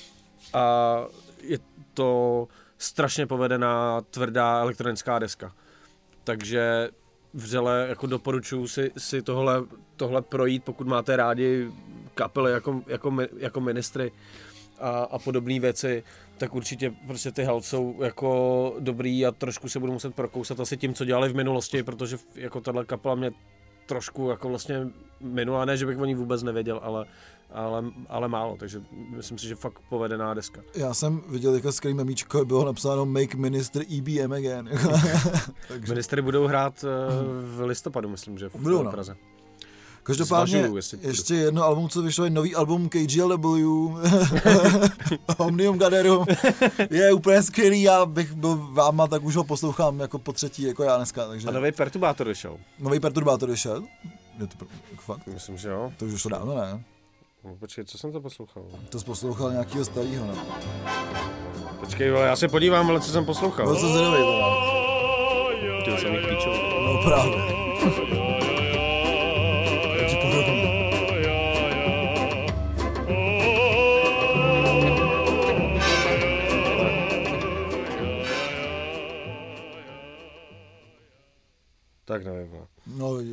a je to strašně povedená, tvrdá elektronická deska. Takže vřele jako doporučuji si, si tohle, tohle projít, pokud máte rádi kapely jako, jako, jako Ministry a, a podobné věci, tak určitě prostě ty Health jsou jako dobrý a trošku se budu muset prokousat asi tím, co dělali v minulosti, protože jako tahle kapela mě trošku jako vlastně minula, ne, že bych o ní vůbec nevěděl, ale, ale, ale málo, takže myslím si, že fakt povedená deska. Já jsem viděl jako skvělý memíčko, bylo napsáno Make Minister E B M again. takže... Ministry budou hrát v listopadu, myslím, že v budou, no. Praze. Každopádně Zvažuju, ještě jedno album, co vyšlo, je nový album K G L W, Omnium Gatherum, je úplně skvělý, já bych byl váma, tak už ho poslouchám jako po třetí, jako já dneska. Takže... A nový Perturbátor vyšel. Nový Perturbátor vyšel? Je to jako fakt? Myslím, že jo. To už vyšlo dávno, ne? No, počkej, co jsem to poslouchal? To jsi poslouchal nějakýho starýho, ne? Počkej, já se podívám, ale co jsem poslouchal. No, co se nevej, to Ty jsem jich píčou. No právě.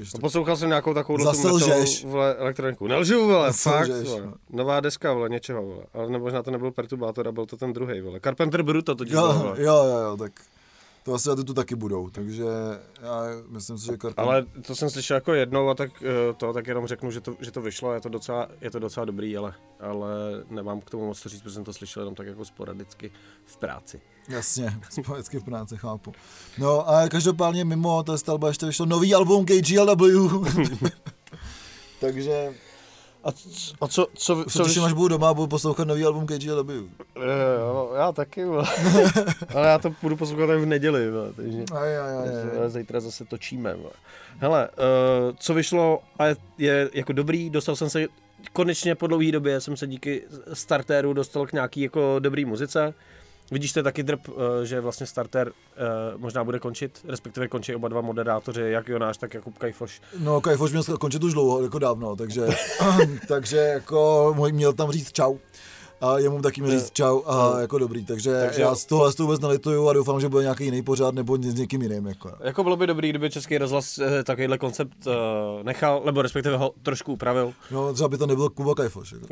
ještě. Poslouchal jsem nějakou takovou Zase lžeš. Vole, elektroniku. Nelžu, vole, Zase fakt, lžeš, vole. no. Nová deska, vole, něčeho, vole. Ale možná to nebyl Perturbator, a byl to ten druhej, vole. Carpenter Brut to totiž jo, byl, vole. jo, jo, jo, tak to asi tu taky budou, takže já myslím si, že Carpenter... Ale to jsem slyšel jako jednou a tak to tak jenom řeknu, že to, že to vyšlo, je to docela, je to docela dobrý, ale, ale nemám k tomu moc to říct, protože jsem to slyšel jenom tak jako sporadicky v práci. Jasně, spojecky v práci, chápu. No a každopádně mimo té stavba ještě vyšlo nový album K G L W. Takže... A, a co, co, co, co když máš budu doma, budu poslouchat nový album K G L W. Jo, já taky, ale já to budu poslouchat tak v neděli, bo, takže, aj, aj, aj, takže aj. zítra zase točíme. Bo. Hele, uh, co vyšlo a je, je jako dobrý, dostal jsem se, konečně po dlouhé době jsem se díky Starteru dostal k nějaký jako dobrý muzice. Vidíš, to je taky drb, že vlastně Starter uh, možná bude končit, respektive končí oba dva moderátoři, jak Jonáš, tak Jakub Kajfoš. No, Kajfoš měl končit už dlouho, jako dávno, takže, takže jako měl tam říct čau. A jemu taky měl říct čau a no. Jako dobrý, takže, takže já z tohle to vůbec nelituju a doufám, že bude nějaký jiný pořád nebo s někým jiným. Jako. jako bylo by dobrý, kdyby Český rozhlas takovýhle koncept uh, nechal, nebo respektive ho trošku upravil. No, třeba by to nebylo Kuba Kajfoš. Jako.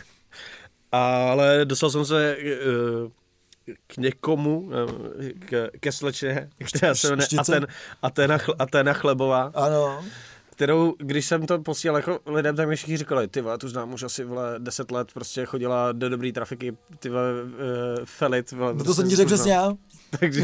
Ale dostal jsem se... Uh, k někomu, k, ke slečně, která se jmenuje Aten, Atena, Atena Chlebová, ano. Kterou, když jsem to posílal jako lidem, tak mi všichni říkali, ty vole, tu znám už asi vole, deset let, prostě chodila do dobrý trafiky, ty vole, uh, Felit. Vole, no to prostě jsem ti řekl přesně já. takže,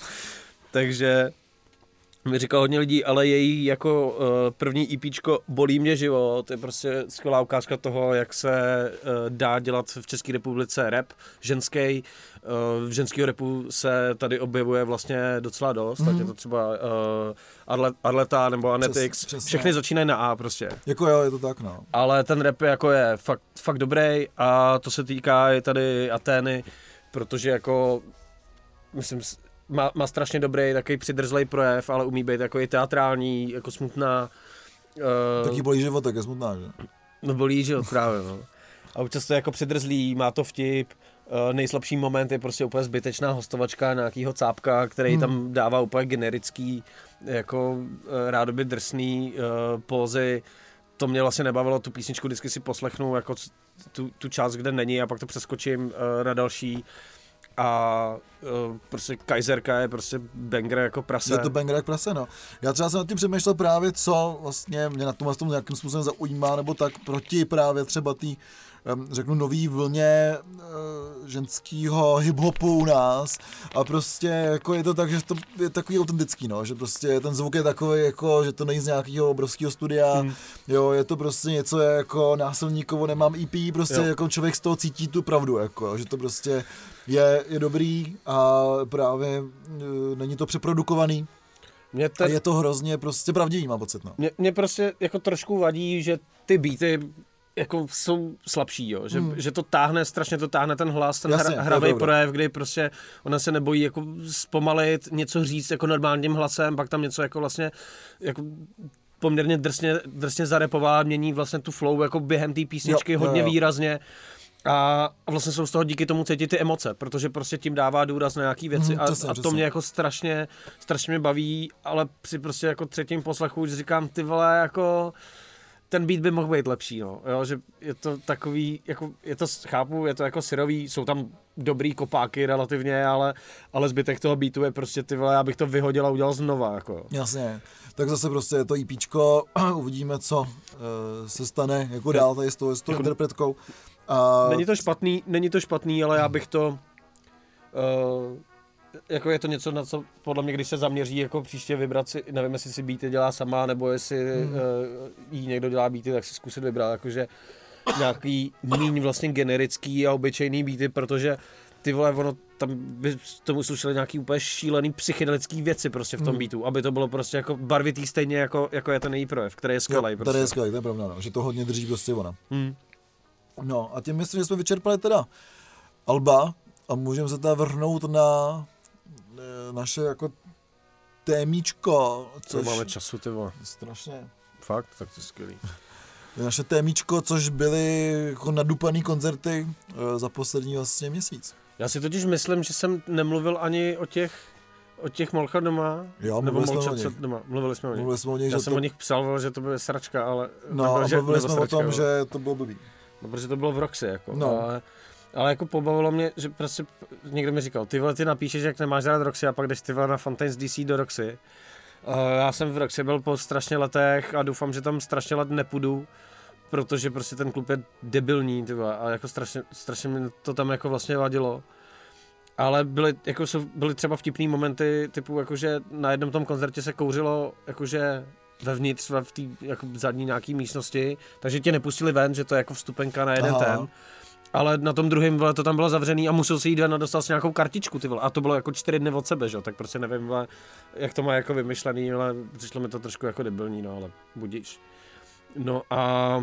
takže mi říkal hodně lidí, ale její jako uh, první EPčko Bolí mě život, je prostě skvělá ukázka toho, jak se uh, dá dělat v České republice rap ženský. Uh, ženského rapu se tady objevuje vlastně docela dost, mm. tak je to třeba uh, Arle, Arleta nebo Anetix, Přes, všechny začínají na A prostě. Jako jo, je to tak, no. Ale ten rap jako je fakt, fakt dobrý a to se týká i tady Atény, protože jako, myslím, má, má strašně dobrý takový přidrzlej projev, ale umí být jako i teatrální, jako smutná. Uh, Taky bolí život, tak je smutná, že? No bolí život právě, no. A občas to je jako přidrzlý, má to vtip. Uh, nejslabší moment je prostě úplně zbytečná hostovačka nějakýho cápka, který hmm. tam dává úplně generický, jako uh, rádoby drsný uh, pózy. To mě vlastně nebavilo, tu písničku vždycky si poslechnu jako tu, tu část, kde není a pak to přeskočím uh, na další. A uh, prostě Kajzerka je prostě banger jako prase. Je to banger jak prase, no. Já třeba jsem nad tím přemýšlel právě, co vlastně mě na tom, tom nějakým způsobem zaujímá, nebo tak proti právě třeba tý, um, řeknu, nový vlně uh, ženskýho hip-hopu u nás. A prostě jako je to tak, že to je takový autentický, no. Že prostě ten zvuk je takový, jako, že to není z nějakého obrovského studia. Hmm. Jo, je to prostě něco jako násilníkovo, nemám E P, prostě jo. Jako člověk z toho cítí tu pravdu, jako, že to prostě je, je dobrý a právě e, není to přeprodukovaný. Mě ten... A je to hrozně prostě pravdivý, mám pocit, no. Mě, mě prostě jako trošku vadí, že ty beaty jako jsou slabší, jo, že, hmm. že to táhne, strašně to táhne ten hlas, ten Jasně, hra, hravej projev, kdy prostě ona se nebojí jako zpomalit, něco říct jako normálním hlasem, pak tam něco jako vlastně jako poměrně drsně, drsně zarepová, mění vlastně tu flow jako během té písničky jo, hodně jo, jo. výrazně. A vlastně jsou z toho díky tomu cítit ty emoce, protože prostě tím dává důraz na nějaký věci mm, a, jsem, a to mě jako strašně, strašně mě baví, ale při prostě jako třetím poslechu už říkám, ty vole, jako ten beat by mohl být lepší, no, jo, že je to takový, jako, je to, chápu, je to jako syrový, jsou tam dobrý kopáky relativně, ale, ale zbytek toho beatu je prostě, ty vole, já bych to vyhodil a udělal znova, jako. Jasně, tak zase prostě je to EPčko, uvidíme, co uh, se stane jako dál tady s tou, s tou jako... interpretkou. A... Není to špatný, není to špatný, ale já bych to, uh, jako je to něco, na co podle mě, když se zaměří jako příště vybrat si, nevím, jestli si beaty dělá sama, nebo jestli hmm. uh, jí někdo dělá beaty, tak si zkusit vybrat, jakože nějaký míň vlastně generický a obyčejný beaty, protože ty vole, ono tam by tomu slušeli nějaký úplně šílený psychedelický věci prostě v tom hmm. beatu, aby to bylo prostě jako barvitý stejně jako, jako je ten její projev, který je skvělý. Prostě. Tady je skvělý, to je pravda, no, že to hodně drží prostě ona. Hmm. No a tím myslím, že jsme vyčerpali teda alba a můžeme se teda vrhnout na naše jako témíčko. Co máme času, ty vole? Strašně. Fakt? Tak to je skvělý. Naše témíčko, což byly jako nadupaný koncerty za poslední vlastně měsíc. Já si totiž myslím, že jsem nemluvil ani o těch o těch Molcha doma? Jo, nebo Molcha doma? Mluvili jsme o nich. Mluvili jsme o nich, Já že jsem to... o nich psal, že to bylo sračka, ale... No, a že, mluvili jsme sračka, o tom, ale... že to bylo blbý. No, protože to bylo v Roxy, jako. No. Ale, ale jako pobavilo mě, že prostě někdo mi říkal, ty vole, ty napíšeš, jak nemáš rád Roxy a pak jdeš ty vole na Fountains D C do Roxy. Uh, já jsem v Roxy byl po strašně letech a doufám, že tam strašně let nepůjdu, protože prostě ten klub je debilní, ty vole, a jako strašně, strašně mi to tam jako vlastně vadilo. Ale byly, jako jsou, byly třeba vtipný momenty, typu jakože na jednom tom koncertě se kouřilo jakože vevnitř, v té jako zadní nějaký místnosti, takže tě nepustili ven, že to je jako vstupenka na jeden Aha. ten. Ale na tom druhém vole, to tam bylo zavřený a musel si jít ven a dostal si nějakou kartičku, ty vole. A to bylo jako čtyři dny od sebe, že? Tak prostě nevím, vole, jak to má jako vymyšlený, ale přišlo mi to trošku jako debilní, no, ale budíš. No a...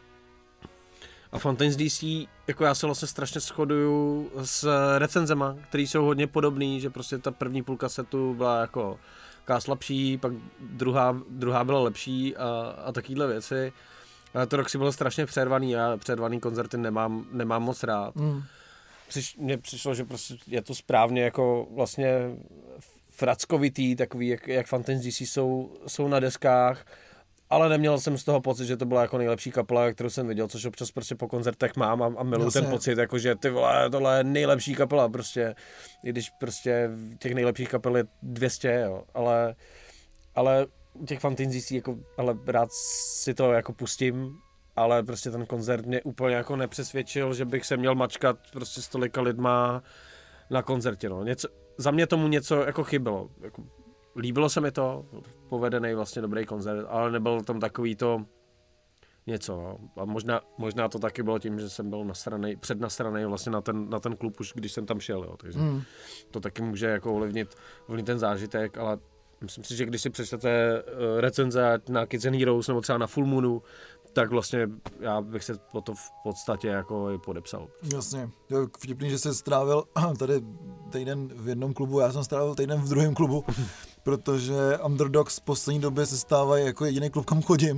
A Fountains D C, jako já se vlastně strašně shoduju s recenzema, který jsou hodně podobný, že prostě ta první půlka setu byla jako kás slabší, pak druhá, druhá byla lepší a, a takovýhle věci. A to Roxy bylo strašně přervaný, já přervaný koncerty nemám, nemám moc rád. Mm. Přiš, mně přišlo, že prostě je to správně jako vlastně frackovitý, takový jak, jak Fountains D C jsou, jsou na deskách. Ale neměl jsem z toho pocit, že to byla jako nejlepší kapela, kterou jsem viděl, což občas prostě po koncertech mám a, a miluji ten pocit, jako že ty vole, tohle je nejlepší kapela prostě, i když prostě těch nejlepších kapel je dvě stě, jo, ale, ale těch Fountains jako, ale rád si to jako pustím, ale prostě ten koncert mě úplně jako nepřesvědčil, že bych se měl mačkat prostě s tolika lidma na koncertě, no, něco, za mě tomu něco jako chybilo, jako, líbilo se mi to, povedený vlastně dobrý koncert, ale nebyl tam takový to něco, no. A možná, možná to taky bylo tím, že jsem byl nasranej, přednasranej vlastně na ten, na ten klub už, když jsem tam šel, jo. Takže mm. to taky může jako ovlivnit, ovlivnit ten zážitek, ale myslím si, že když si přečtete uh, recenze na Kids and Heroes nebo třeba na Full Moonu, tak vlastně já bych se po to v podstatě jako i podepsal. Jasně. Jo, vtipný, že jsi strávil tady týden v jednom klubu, já jsem strávil týden v druhém klubu, protože Underdogs v poslední době se stávají jako jediný klub, kam chodím.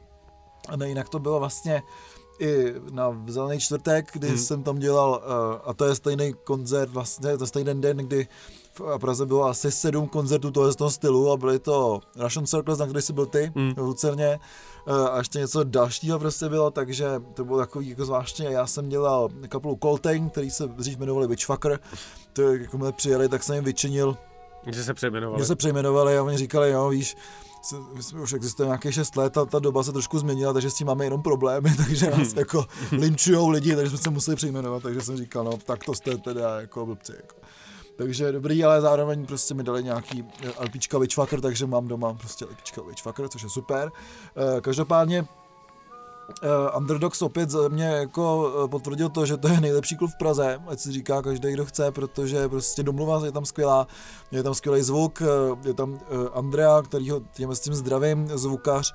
A nejinak to bylo vlastně i na Zelený čtvrtek, kdy hmm. jsem tam dělal, a to je stejný koncert, vlastně to je stejný den, kdy v Praze bylo asi sedm koncertů toho z toho stylu a byly to Russian Circles, na který jsi byl ty, hmm. v Lucerně, a ještě něco dalšího prostě bylo, takže to bylo takový jako zvláštně. Já jsem dělal kapelu Coltain, který se dřív jmenovali Witchfucker, to jako mě přijeli, tak jsem jim vyčinil. Že se přejmenovali. Že se přejmenovali a oni říkali, jo, víš, my jsme už existuje nějakých šest let a ta doba se trošku změnila, takže s tím máme jenom problémy, takže nás jako linčujou lidi, takže jsme se museli přejmenovat, takže jsem říkal, no tak to jste teda jako blbci. Jako. Takže dobrý, ale zároveň prostě mi dali nějaký LPčka Witchfucker, takže mám doma prostě LPčka Witchfucker, což je super. Každopádně Uh, Underdogs opět za mě jako uh, potvrdil to, že to je nejlepší klub v Praze, ať si říká každý, kdo chce, protože prostě domluva je tam skvělá, je tam skvělý zvuk, uh, je tam uh, Andrea, kterýho tím s tím zdravím, zvukař,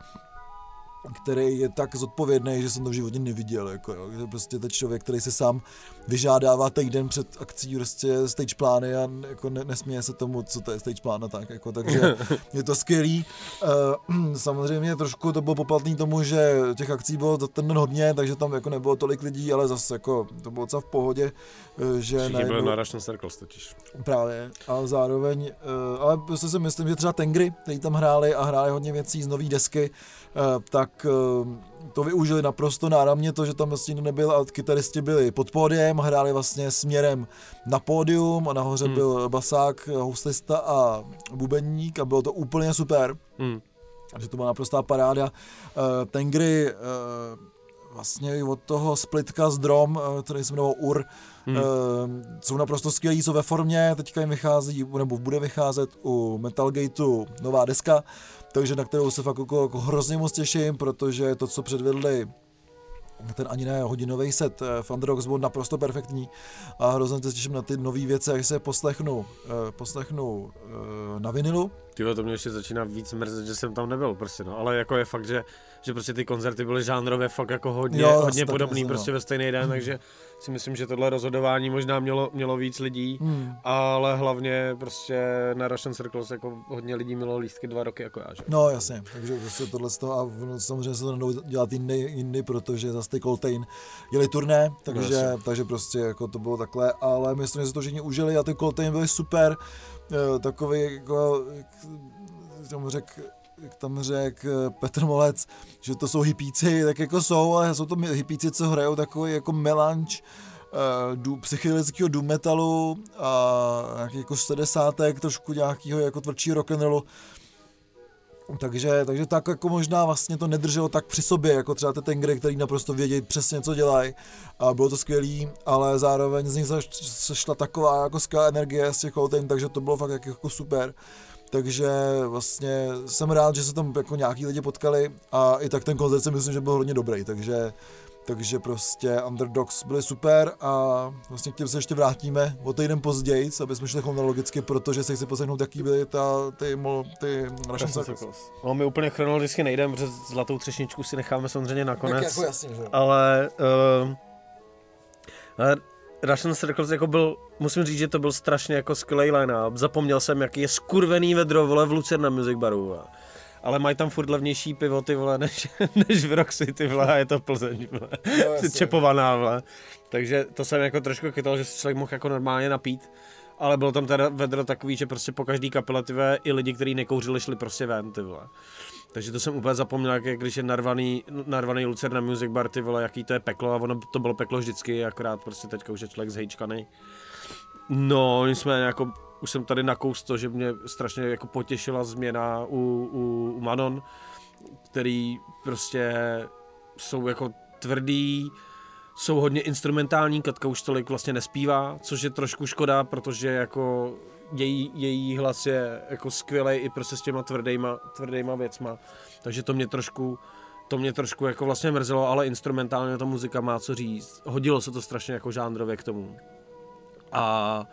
který je tak zodpovědný, že jsem to v životě neviděl, jako jo, že prostě ten člověk, který se sám vyžádává týden před akcí prostě stage plány a jako ne, nesměje se tomu, co to je stage plán a tak, jako, takže je to skvělý. Uh, samozřejmě trošku to bylo poplatný tomu, že těch akcí bylo ten den hodně, takže tam jako nebylo tolik lidí, ale zase jako to bylo docela v pohodě, že všichni byli na Russian Circles totiž. Právě, a zároveň, uh, ale prostě si myslím, že třeba Tengry, kteří tam hráli a hráli hodně věcí z nový desky, uh, tak uh, to využili naprosto náramně, to, že tam vlastně nebyl a kytaristi byli pod pódiem, hráli vlastně směrem na pódium a nahoře hmm. byl basák, houslista a bubeník a bylo to úplně super. Hmm. Takže to byla naprostá paráda. Uh, Tengry uh, vlastně od toho splitka z Drom, který se jmenoval U R, hmm. uh, jsou naprosto skvělí, jsou ve formě, teďka jim vychází, nebo bude vycházet u Metal Gateu nová deska, takže na kterou se fakt jako, jako hrozně moc těším, protože to, co předvedli, ten ani ne hodinový set v Underdogs byl naprosto perfektní a hrozně se těším na ty nové věci, až se poslechnu, uh, poslechnu uh, na vinilu. Tyhle, to mě ještě začíná víc mrzet, že jsem tam nebyl prostě, no, ale jako je fakt, že, že prostě ty koncerty byly žánrově fakt jako hodně, jo, hodně podobný myslím, prostě no. ve stejný den, hmm. takže si myslím, že tohle rozhodování možná mělo, mělo víc lidí, hmm. ale hlavně prostě na Russian Circles jako hodně lidí mělo lístky dva roky jako já, že? No jasně, takže prostě tohle z toho a samozřejmě se to nedou dělat jindy, jindy, protože zase ty Coltrane jeli turné, takže, no, takže prostě jako to bylo takhle, ale myslím, že se to všichni užili a ty Coltrane byly super, takový jako, jak tam řekl, jak tam řek Petr Molec, že to jsou hippíci, tak jako jsou, ale jsou to hippíci, co hrajou takový jako melanž uh, psychedelického doom metalu a nějaký jako šedesátek, trošku nějakého jako tvrdší rock'n'rollu. Takže, takže tak jako možná vlastně to nedrželo tak při sobě, jako třeba ty Tengry, který naprosto vědějí přesně, co dělají a bylo to skvělý, ale zároveň z nich sešla taková jako skvělá energie z těch Coltrane, takže to bylo fakt jako super. Takže vlastně jsem rád, že se tam jako nějaký lidi potkali a i tak ten koncert si myslím, že byl hodně dobrý, takže, takže prostě Underdogs byly super a vlastně k těm se ještě vrátíme o týden později, aby jsme šli chronologicky, protože se chci poslechnout, jaký byly ta, ty, ty Russian Circles. No, my úplně chronologicky nejdeme, protože zlatou třešničku si necháme samozřejmě nakonec, tak jako jasně, že? ale... Uh, ale Russian Circles jako byl, musím říct, že to byl strašně jako skvělej line-up. Zapomněl jsem, jaký je skurvený vedro, vole, v Lucerna Music Baru. Ale mají tam furt levnější pivo, ty vole, než, než v Roxy, ty vole, a je to Plzeň, vole. No, čepovaná, vole. Takže to jsem jako trošku chytal, že se člověk mohl jako normálně napít. Ale bylo tam teda vedro takový, že prostě po každý kapele, ty vole, i lidi, kteří nekouřili, šli prostě ven, ty vole. Takže to jsem úplně zapomněl, jak je, když je narvaný, narvaný Lucerna Music Bar, ty vole, jaký to je peklo, a ono to bylo peklo vždycky, akorát prostě teďka už je člověk zhejčkanej. No, nicméně jako, už jsem tady nakous to, že mě strašně jako potěšila změna u, u, u Manon, který prostě jsou jako tvrdý, jsou hodně instrumentální, Katka už tolik vlastně nespívá, což je trošku škoda, protože jako její, její hlas je jako skvělej i prostě s těma tvrdýma, tvrdýma věcma, takže to mě trošku, to mě trošku jako vlastně mrzelo, ale instrumentálně ta muzika má co říct, hodilo se to strašně jako žánrově k tomu. A,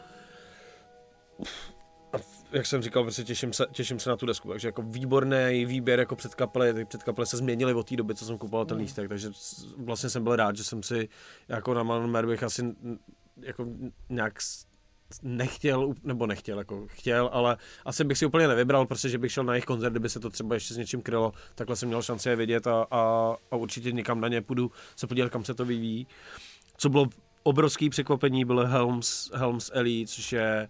a jak jsem říkal, prostě těším se, těším se na tu desku, takže jako výborný výběr jako předkapely, ty předkapely se změnily od té doby, co jsem kupoval ten lístek, takže vlastně jsem byl rád, že jsem si jako na Manon Mer bych asi jako nějak nechtěl, nebo nechtěl, jako chtěl, ale asi bych si úplně nevybral, protože že bych šel na jejich koncert, kdyby se to třeba ještě s něčím krylo, takhle jsem měl šanci je vidět a, a, a určitě někam na ně půjdu se podívat, kam se to vyvíjí. Co bylo obrovský překvapení, bylo Helms, Helms Ellie, což je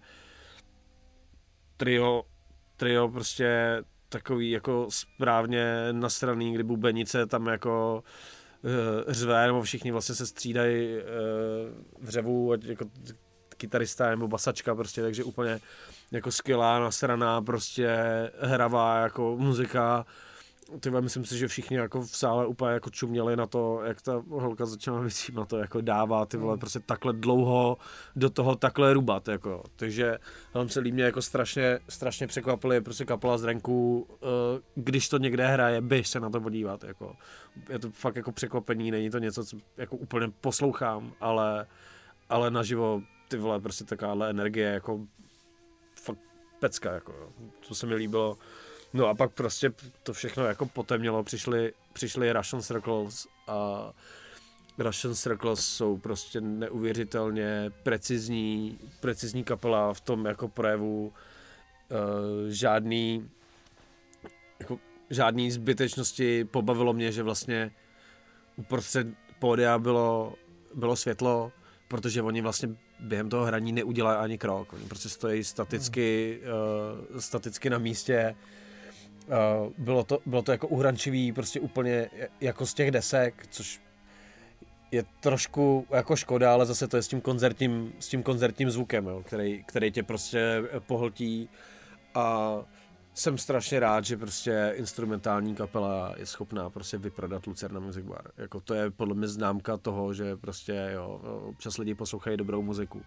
trio, trio prostě takový jako správně nasraný, kdy bubenice tam jako uh, řve, nebo všichni vlastně se střídají uh, v řevu, ať jako kytarista nebo basačka prostě, takže úplně jako skvělá, nasraná, prostě hravá jako muzika. Tyhle, myslím si, že všichni jako v sále úplně jako čuměli na to, jak ta holka začala věcí na to jako dává, ty vole, prostě takhle dlouho do toho takhle rubat, jako. Takže tam se líbí mě jako strašně, strašně překvapili, prostě kapela z Renku, když to někde hraje, běž se na to podívat, jako. Je to fakt jako překvapení, není to něco, co jako úplně poslouchám, ale, ale naživo, ty vole, prostě takováhle energie, jako fakt pecka, jako, to se mi líbilo. No a pak prostě to všechno jako potemnělo, přišli, přišli Russian Circles a Russian Circles jsou prostě neuvěřitelně precizní, precizní kapela v tom jako projevu, uh, žádný, jako, žádný zbytečnosti, pobavilo mě, že vlastně uprostřed pódia bylo, bylo světlo, protože oni vlastně během toho hraní neudělají ani krok, oni prostě stojí staticky, uh, staticky na místě. Uh, bylo, to, bylo to jako uhrančivý, prostě úplně jako z těch desek, což je trošku jako škoda, ale zase to je s tím koncertním, s tím koncertním zvukem, jo, který, který tě prostě pohltí a jsem strašně rád, že prostě instrumentální kapela je schopná prostě vyprodat Lucerna Music Bar. Jako to je podle mě známka toho, že prostě jo, občas lidi poslouchají dobrou muziku.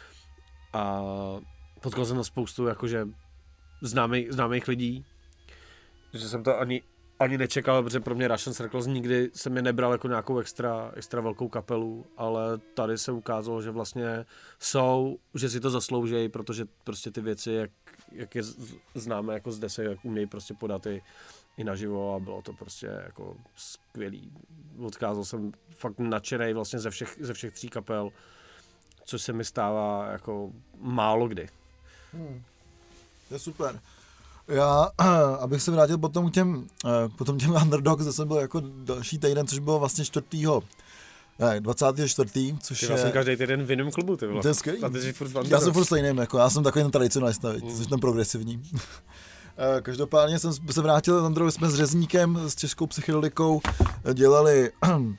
A potkal jsem na spoustu jakože známých, známých lidí, že jsem to ani, ani nečekal, protože pro mě Russian Circles nikdy jsem je nebral jako nějakou extra, extra velkou kapelu, ale tady se ukázalo, že vlastně jsou, že si to zasloužejí, protože prostě ty věci, jak, jak je známe jako z desek, jak umějí prostě podat i, i naživo a bylo to prostě jako skvělý. Odcházel jsem fakt nadšenej vlastně ze všech, ze všech tří kapel, což se mi stává jako málo kdy. Hmm. To je super. Já, abych se vrátil potom k těm, potom těm Underdogs, kde jsem byl jako další týden, což bylo vlastně čtvrtýho Ne, dvacátého čtvrtého což ty je... vlastně každý týden v jiném klubu, ty vole. To je skvělý. A ty jsi furt já jsem furt stejný, jako, já jsem takový ten tradicionalista, mm. což jsem progresivní. Každopádně jsem se vrátil, Androvi jsme s Řezníkem, s českou psychedelikou dělali,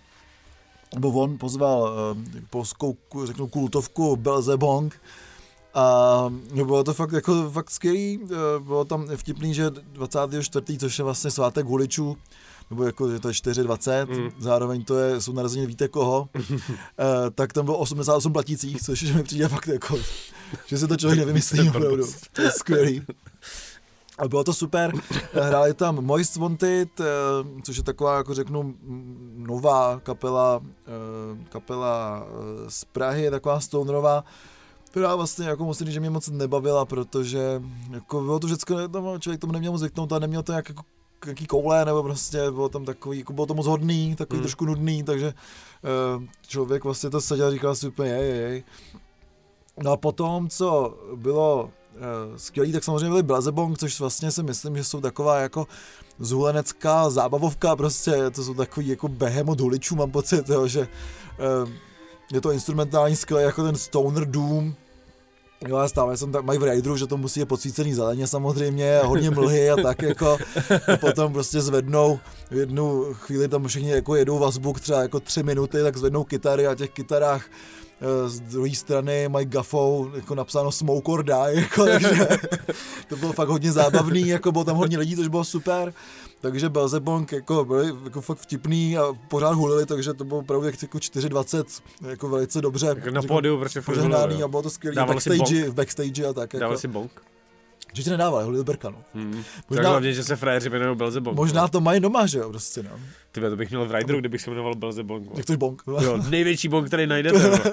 nebo on pozval polskou, řeknu, kultovku Belzebong, a bylo to fakt jako fakt skvělý, bylo tam vtipný, že dvacátého čtvrtého což je vlastně svátek huličů, nebo jako, že to je čtyři dvacet, mm. zároveň to je, jsou narozeniny víte koho, e, tak tam bylo osmdesát osm platících, což mi přijde fakt jako, že si to člověk nevymyslí opravdu, to je skvělý. A bylo to super, hráli tam Moist Wanted, e, což je taková, jako řeknu, nová kapela, e, kapela e, z Prahy, taková stonerová, která vlastně jako musím říct, že mě moc nebavila, protože jako bylo to vždycky, člověk tomu neměl moc zvyknout a neměl to jak jako jaký koule, nebo prostě bylo tam takový, jako bylo to moc hodný, takový mm. trošku nudný, takže uh, člověk vlastně to seděl a říkal si úplně jej, jej. No a potom, co bylo uh, skvělý, tak samozřejmě byli Belzebong, což vlastně si myslím, že jsou taková jako zhulenecká zábavovka, prostě to jsou takový jako behemoth huličů, mám pocit, jo, že uh, je to instrumentální skvělý jako ten Stoner Doom. Jo, a stále jsem tak, mají v Raideru, že to musí je podsvícený zeleně samozřejmě, hodně mlhy a tak jako, a potom prostě zvednou v jednu chvíli tam všichni jako jedou vazbu, třeba jako tři minuty, tak zvednou kytary a těch kytarách z druhé strany mají gafou jako napsáno Smoke or Die, jako, takže to bylo fakt hodně zábavný, jako bylo tam hodně lidí, což bylo super. Takže Belzebong jako byli jako fakt vtipný a pořád hulili, takže to bylo opravdu jako čtyři dvacet, jako velice dobře. Jako na pódiu, protože pořehnaný a bylo to skvělý backstage, v backstage a tak. Dával jako. si bonk? Že ti nedával, hulil Berka, no. Hmm. Možná, tak hlavně, že se frajeři jmenují Belzebong. Možná no. To mají doma, že jo, prostě, no. Tyhle, to bych měl v Raideru, kdybych se jmenoval Belzebong. Jak to je bonk. Jo, největší bonk, který najdete. No.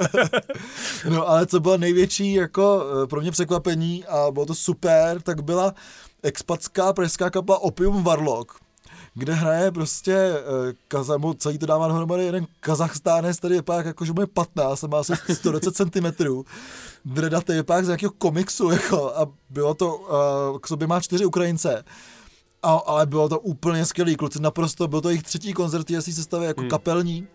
No, ale co bylo největší, jako pro mě překvapení a bylo to super, tak byla expatská pražská kapela Opium Warlock, kde hraje prostě Kazamo, celý to dává dohromady jeden Kazachstánec, tady je pák jako, že bude patnáct a má asi sto dvacet centimetrů. Dredatý je pák z nějakého komiksu, jako, a bylo to, uh, k sobě má čtyři Ukrajince. A, ale bylo to úplně skvělý, kluci, naprosto, byl to jejich třetí koncert, jestli se staví jako hmm. kapelní.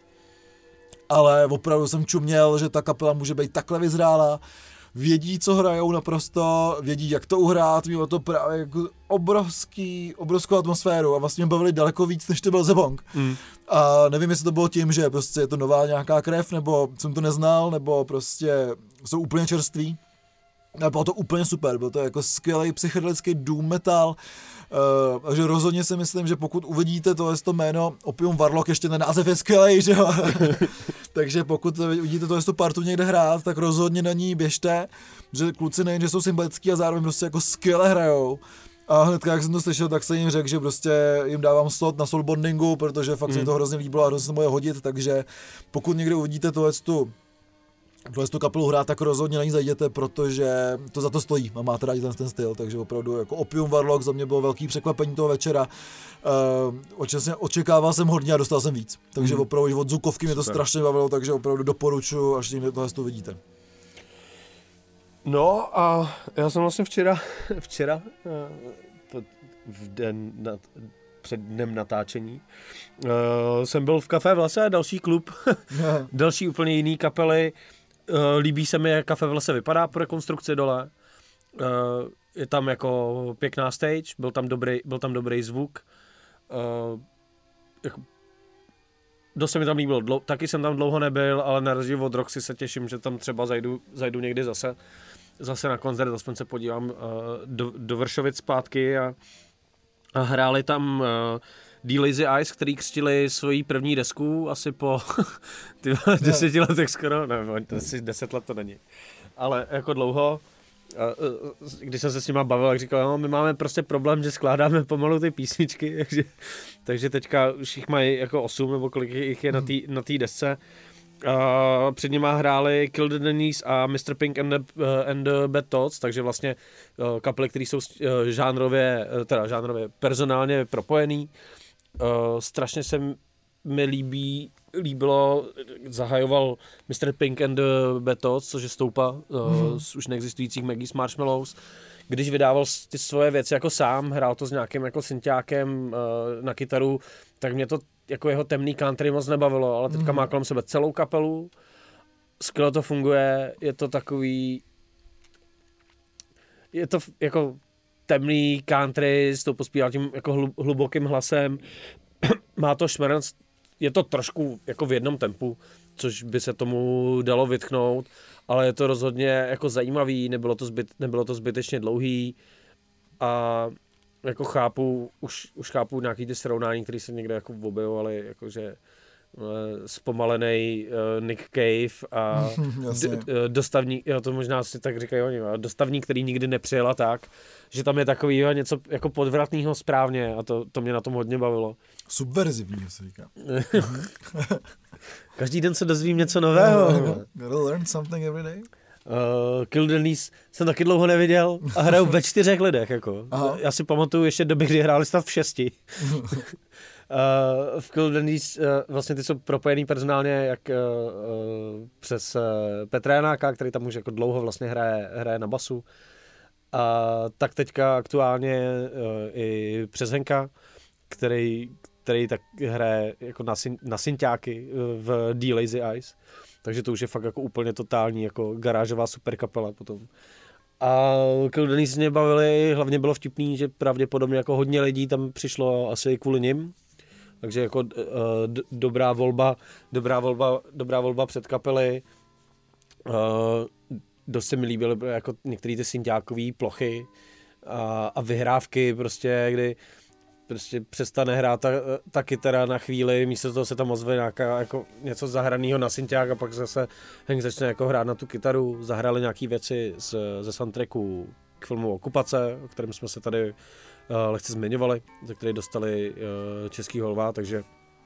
Ale opravdu jsem čuměl, že ta kapela může být takhle vyzrála. Vědí, co hrajou naprosto, vědí, jak to uhrát, mělo to právě jako obrovský, obrovskou atmosféru a vlastně mě bavili daleko víc, než to byl Zebong. Mm. A nevím, jestli to bylo tím, že prostě je to nová nějaká krev, nebo jsem to neznal, nebo prostě jsou úplně čerství. A bylo to úplně super, byl to jako skvělý psychedelický doom metal. Uh, takže rozhodně si myslím, že pokud uvidíte tohle to jméno Opium Warlock, ještě ten název je skvělej, že jo? Takže pokud uvidíte tohle to partu někde hrát, tak rozhodně na ní běžte, že kluci nejen, že jsou symbolický a zároveň prostě jako skvěle hrajou. A hnedka, jak jsem to slyšel, tak jsem jim řekl, že prostě jim dávám slot na soulbondingu, protože fakt mm. se mi to hrozně líbilo a hrozně se moje hodit, takže pokud někde uvidíte tohle tu Tohle tu kapelu hrát, tak rozhodně na ní zajděte, protože to za to stojí a máte rádi ten, ten styl, takže opravdu jako Opium Warlock za mě bylo velký překvapení toho večera. Uh, očekával jsem hodně a dostal jsem víc, takže hmm. opravdu od zvukovky mě to Super. strašně bavilo, takže opravdu doporučuji, až tím tohle to vidíte. No a já jsem vlastně včera, včera v den nad, před dnem natáčení uh, jsem byl v Café v lese, další klub, další úplně jiný kapely. Uh, líbí se mi, jak Café v lese vypadá po rekonstrukci dole. Uh, je tam jako pěkná stage, byl tam dobrý, byl tam dobrý zvuk. Uh, jako, dost se mi tam líbilo, Dlou, taky jsem tam dlouho nebyl, ale na rozdíl od Roxy se těším, že tam třeba zajdu, zajdu někdy zase, zase na koncert, aspoň se podívám uh, do, do Vršovic zpátky a, a hráli tam uh, The Lazy Eyes, který křtili svoji první desku asi po ty deseti letech skoro, ne, asi deset let to není, ale jako dlouho. Když jsem se s nima bavil, tak říkal, no, my máme prostě problém, že skládáme pomalu ty písničky, takže, takže teďka už jich mají jako osm, nebo kolik jich je na té na té desce. A před nima hráli Kill the Denise a mister Pink and the, uh, and the Bad Tots, takže vlastně uh, kapely, které jsou uh, žánrově, uh, teda žánrově personálně propojený. Uh, strašně se mi líbí, líbilo, zahajoval mister Pink and the Bad Tots, což je stoupa uh, mm. z už neexistujících Maggie's Marshmallows. Když vydával ty svoje věci jako sám, hrál to s nějakým jako synťákem uh, na kytaru, tak mě to jako jeho temný country moc nebavilo, ale teďka mm. má kolem sebe celou kapelu, skvěle to funguje, je to takový, je to jako temný country, s tou pospíval tím jako hlubokým hlasem, má to šmeranc, je to trošku jako v jednom tempu, což by se tomu dalo vytknout, ale je to rozhodně jako zajímavý, nebylo to, zbyt, nebylo to zbytečně dlouhý a jako chápu, už, už chápu nějaký ty srovnání, které se někde jako objevovaly, jakože zpomalený uh, Nick Cave a d- dostavník, jo, to možná si tak říkají oni, dostavník, který nikdy nepřijela tak, že tam je takový něco jako podvratného správně a to, to mě na tom hodně bavilo. Subverzivního se říká. Každý den se dozvím něco nového. Gotta learn something every day. Uh, Kill the Denise jsem taky dlouho neviděl a hraju ve čtyřech lidech. Jako. Já si pamatuju ještě doby, kdy hráli stav v šesti. uh, v Kill the Denise uh, vlastně ty jsou propojený personálně jak uh, uh, přes uh, Petra Janáka, který tam už jako dlouho vlastně hraje, hraje na basu. A tak teďka aktuálně uh, i přes Henka, který, který tak hraje jako na, syn, na synťáky uh, v The Lazy Eyes. Takže to už je fakt jako úplně totální jako garážová super kapela potom. A Kill the Denise mě bavili, hlavně bylo vtipný, že pravděpodobně jako hodně lidí tam přišlo asi kvůli nim. Takže jako uh, d- dobrá volba, dobrá volba, dobrá volba před kapely. Uh, dost se mi líbily jako některé ty synťákové plochy a, a vyhrávky prostě, kdy prostě přestane hrát ta, ta kytara na chvíli, místo toho se tam ozve nějaká jako něco zahraného na synťák a pak zase Hank začne jako hrát na tu kytaru. Zahrali nějaký věci z, ze soundtracku k filmu Okupace, o kterém jsme se tady uh, lehce zmiňovali, za který dostali uh, českýho lva, takže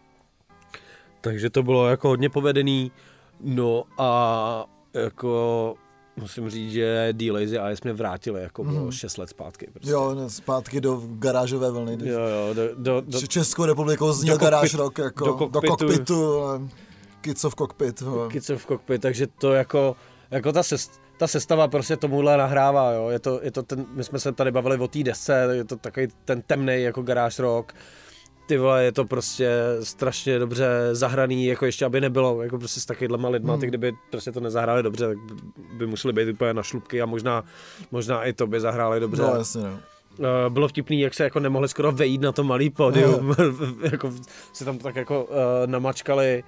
takže to bylo jako hodně povedený. No a jako musím říct, že The Lazy Eyes mě vrátili jako mm. šest let zpátky. Prostě. Jo, ne, zpátky do garážové vlny. Jo, jo, do, do, do, Českou republikou zněl garáž rock jako do kokpitu. Do kokpitu Kids of Cockpit. Kids of Cockpit, takže to jako, jako ta, sest, ta sestava prostě tomuhle nahrává, jo. Je to, je to ten, my jsme se tady bavili o té desce, je to takový ten temnej jako garáž rock. Ty vole, je to prostě strašně dobře zahraný, jako ještě aby nebylo, jako prostě s takovýhlema lidma, hmm. ty kdyby prostě to nezahráli dobře, tak by museli být úplně na šlupky a možná, možná i to by zahráli dobře. No, jasně, no. Bylo vtipný, jak se jako nemohli skoro vejít na to malý pódium, no. jako se tam tak jako uh, namačkali.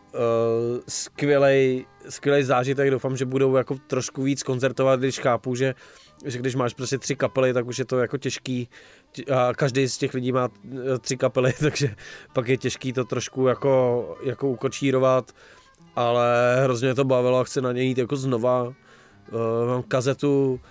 Uh, skvělej, skvělej zážitek, doufám, že budou jako trošku víc koncertovat, když chápu, že, že když máš prostě tři kapely, tak už je to jako těžký a každý z těch lidí má tři kapely, takže pak je těžký to trošku jako, jako ukočírovat, ale hrozně to bavilo a chci na něj jít jako znova. Uh, mám kazetu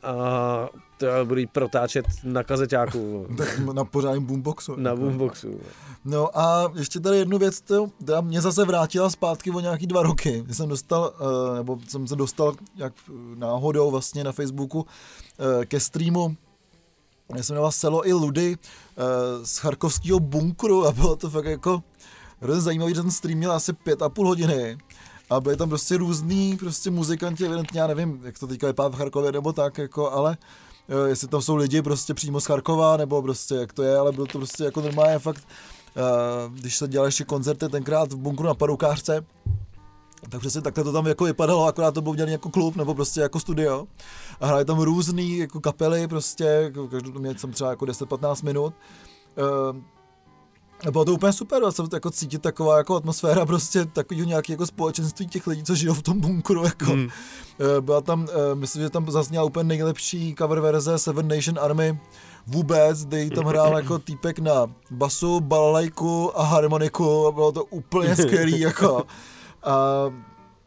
a to budu jít protáčet na kazeťáku. Na pořádném boomboxu. Na boomboxu. No a ještě tady jednu věc, to mě zase vrátila zpátky o nějaký dva roky. Jsem dostal, nebo jsem se dostal jak náhodou vlastně na Facebooku ke streamu, já jsem jmenoval Selo i Ludy z charkovského bunkru a bylo to fakt jako hrozně zajímavý, že ten stream měl asi pět a půl hodiny. A byli tam prostě různý prostě muzikanti, evidentně, já nevím, jak to teďka vypadá v Charkově nebo tak, jako, ale jo, jestli tam jsou lidi prostě přímo z Charkova, nebo prostě jak to je, ale bylo to prostě jako normálně fakt, uh, když se dělali ještě koncerty tenkrát v bunkru na Paroukářce, tak přesně takhle to tam jako vypadalo, akorát to bylo udělané jako klub, nebo prostě jako studio. A hráli tam různý jako kapely, prostě, každou to měl jsem třeba jako deset patnáct minut. Uh, Bylo to úplně super, a jsem jako cítit taková jako atmosféra prostě takového nějakého jako společenství těch lidí, co žijou v tom bunkru, jako. Hmm. Byla tam, myslím, že tam zazněla úplně nejlepší cover verze Seven Nation Army vůbec, kde tam hrál jako týpek na basu, balalajku a harmoniku a bylo to úplně skvělý, jako. A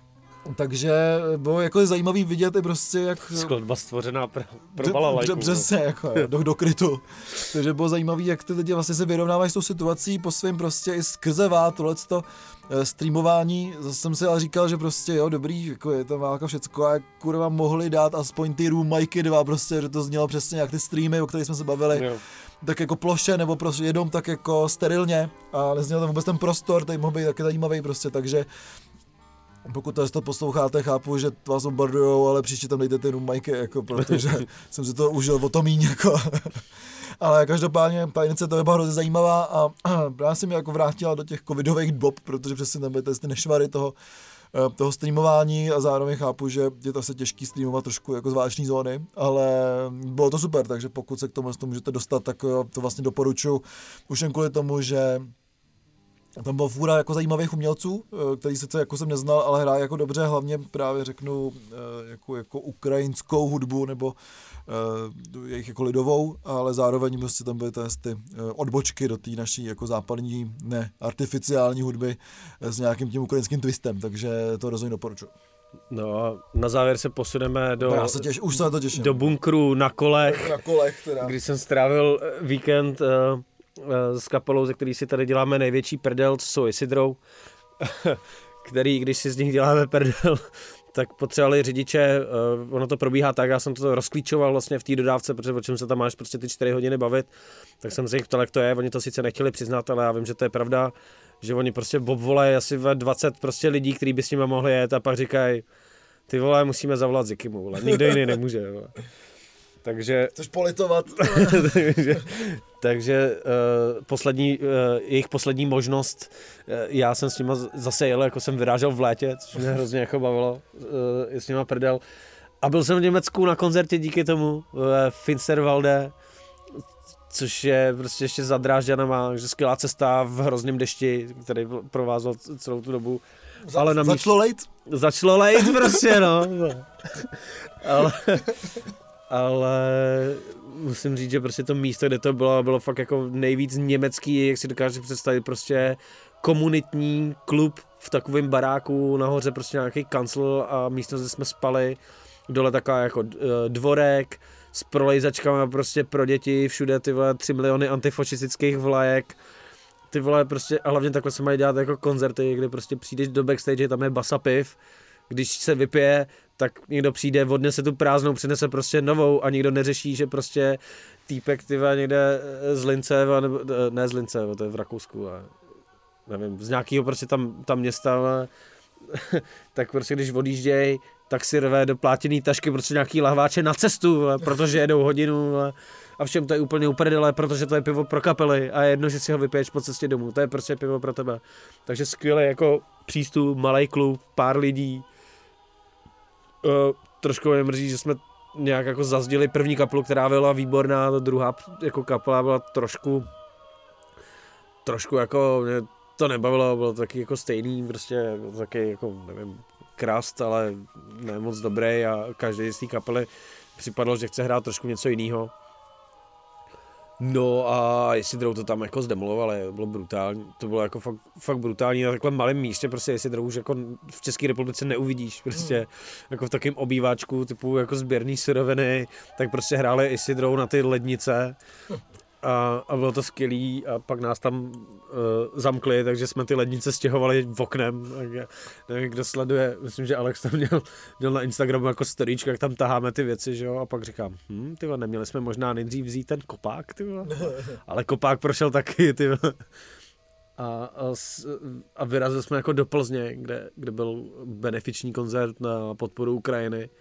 Takže bylo jako zajímavý vidět i prostě jak... Skladba stvořená pro, pro balalajku. Přesně, jako do, do krytu. Takže bylo zajímavý, jak ty lidi vlastně se vyrovnávají s tou situací po svým prostě i skrze vát, tohleto streamování. Zase jsem si ale říkal, že prostě jo, dobrý, jako je tam válka všecko a kurva mohli dát aspoň ty Room Micy dva prostě, že to znělo přesně jak ty streamy, o kterých jsme se bavili. Jo. Tak jako ploše, nebo prostě jedou tak jako sterilně a nezněl tam vůbec ten prostor, tady mohl být taky zajímavý prostě, takže pokud to, to posloucháte, chápu, že vás bombardujou, ale příště tam dejte ty Room Micy, jako, protože jsem si to užil o to míň, jako. Ale každopádně ta iniciativa byla hrozně zajímavá a právě se mi jako vrátila do těch covidových dob, protože přesně tam byly ty nešvary toho, toho streamování a zároveň chápu, že je to asi těžký streamovat trošku jako z váleční zóny, ale bylo to super, takže pokud se k tomu můžete dostat, tak to vlastně doporučuji už jen kvůli tomu, že tam byla fůra jako zajímavých umělců, který sice jako jsem neznal, ale hraje jako dobře, hlavně právě řeknu jako, jako ukrajinskou hudbu nebo uh, jejich jako lidovou, ale zároveň prostě tam byly ty odbočky do té naší jako západní, ne, artificiální hudby s nějakým tím ukrajinským twistem, takže to rozhodně doporučuji. No a na závěr se posuneme do, já se těš, už se to těším. do bunkru na kolech, na kolech teda. Kdy jsem strávil víkend uh, s kapelou, ze který si tady děláme největší prdel, co jsou Isidrou, který, když si z nich děláme prdel, tak potřebovali řidiče, uh, ono to probíhá tak, já jsem to rozklíčoval vlastně v té dodávce, protože o čem se tam máš prostě ty čtyři hodiny bavit, tak jsem se jich ptal, jak to je, oni to sice nechtěli přiznat, ale já vím, že to je pravda, že oni prostě obvolají asi ve dvacet prostě lidí, kteří by s nimi mohli jet a pak říkají, ty vole, musíme zavolat Zikimu, vole, nikdo jiný nemůže, vole. Takže... Chceš politovat? takže takže uh, poslední, uh, jejich poslední možnost, uh, já jsem s nima zase jel, jako jsem vyrážel v létě, což mě hrozně jako bavilo, uh, s nima prdel. A byl jsem v Německu na koncertě díky tomu, v Finsterwalde, což je prostě ještě za Drážďanama, že skvělá cesta v hrozném dešti, který provázel celou tu dobu. Za, ale na začalo míst... lejt? Začalo lejt prostě, no. ale... ale musím říct, že prostě to místo, kde to bylo, bylo fakt jako nejvíc německý, jak si dokážeš představit, prostě komunitní klub v takovém baráku, nahoře prostě nějaký kancel a místnost, kde jsme spali, dole taková jako dvorek s prolejzačkama prostě pro děti, všude ty vole tři miliony antifašistických vlajek, ty vole prostě, a hlavně takhle se mají dělat jako koncerty, kdy prostě přijdeš do backstage, tam je basa piv, když se vypije, tak někdo přijde, odnese tu prázdnou, přinese prostě novou a nikdo neřeší, že prostě týpek tyva někde z Lince, nebo, ne z Lince, to je v Rakousku, a nevím, z nějakého prostě tam, tam města, tak prostě když odjížděj, tak si rve do plátěný tašky prostě nějaký lahváče na cestu, protože jedou hodinu a všem to je úplně uprdele, protože to je pivo pro kapely a je jedno, že si ho vypiješ po cestě domů, to je prostě pivo pro tebe. Takže skvělý jako přístup, malej klub, pár lidí. Uh, trošku mě mrzí, že jsme nějak jako zazdili první kapelu, která byla výborná, ta druhá jako kapela byla trošku trošku jako, mě to nebavilo, bylo to taky jako stejný, prostě taky jako, nevím, krast, ale ne moc dobrý a každý z té kapely připadlo, že chce hrát trošku něco jiného. No a Isidrou to tam jako zdemolovali, bylo brutální, to bylo jako fakt, fakt brutální na takovém malém místě, prostě Isidrou už jako v České republice neuvidíš, prostě hmm. jako v takém obýváčku typu jako sběrný suroviny, tak prostě hráli Isidrou na ty lednice a, a bylo to skvělý a pak nás tam uh, zamkli, takže jsme ty lednice stěhovali v oknem, tak nevím, kdo sleduje, myslím, že Alex tam měl, měl na Instagramu jako storíčka, jak tam taháme ty věci, že jo, a pak říkám, hm, tyvo, neměli jsme možná nejdřív vzít ten kopák, tyvo, ale kopák prošel taky, tyvo. A, a, a vyrazili jsme jako do Plzně, kde, kde byl benefiční koncert na podporu Ukrajiny.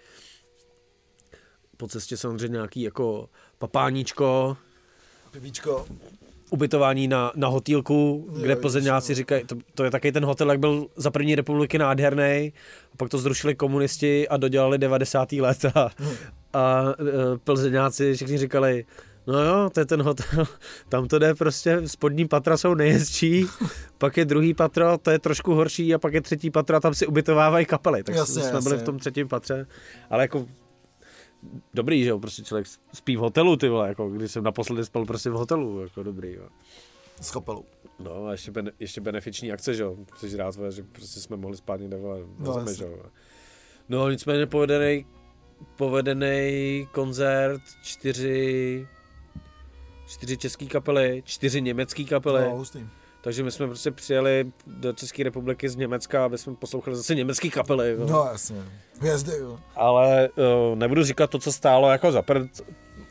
Po cestě samozřejmě nějaký jako papáníčko, pivíčko. Ubytování na, na hotýlku, kde Plzeňáci říkají, to, to je taky ten hotel, jak byl za první republiky nádherný, a pak to zrušili komunisti a dodělali devadesátá léta. A e, Plzeňáci všichni říkali, no jo, to je ten hotel, tam to jde prostě, spodní patra jsou nejhezčí, pak je druhý patro, to je trošku horší a pak je třetí patro a tam si ubytovávají kapely, tak jasně, jsme jasně. byli v tom třetím patře, ale jako dobrý, že jo, prostě člověk spí v hotelu, ty vole, jako když jsem naposledy spal prostě v hotelu, jako dobrý, jo. S kapelou. No a ještě, bene, ještě benefiční akce, že jo, chceš rád, že prostě jsme mohli spát někde, vole, no, zemi, že jo. No nicméně povedený, povedený koncert, čtyři, čtyři český kapely, čtyři německý kapely. No, hustý. Takže my jsme prostě přijeli do České republiky z Německa, aby jsme poslouchali zase německý kapely. No, no jasně, hvězdy, jo. Ale uh, nebudu říkat to, co stálo jako za prd, uh,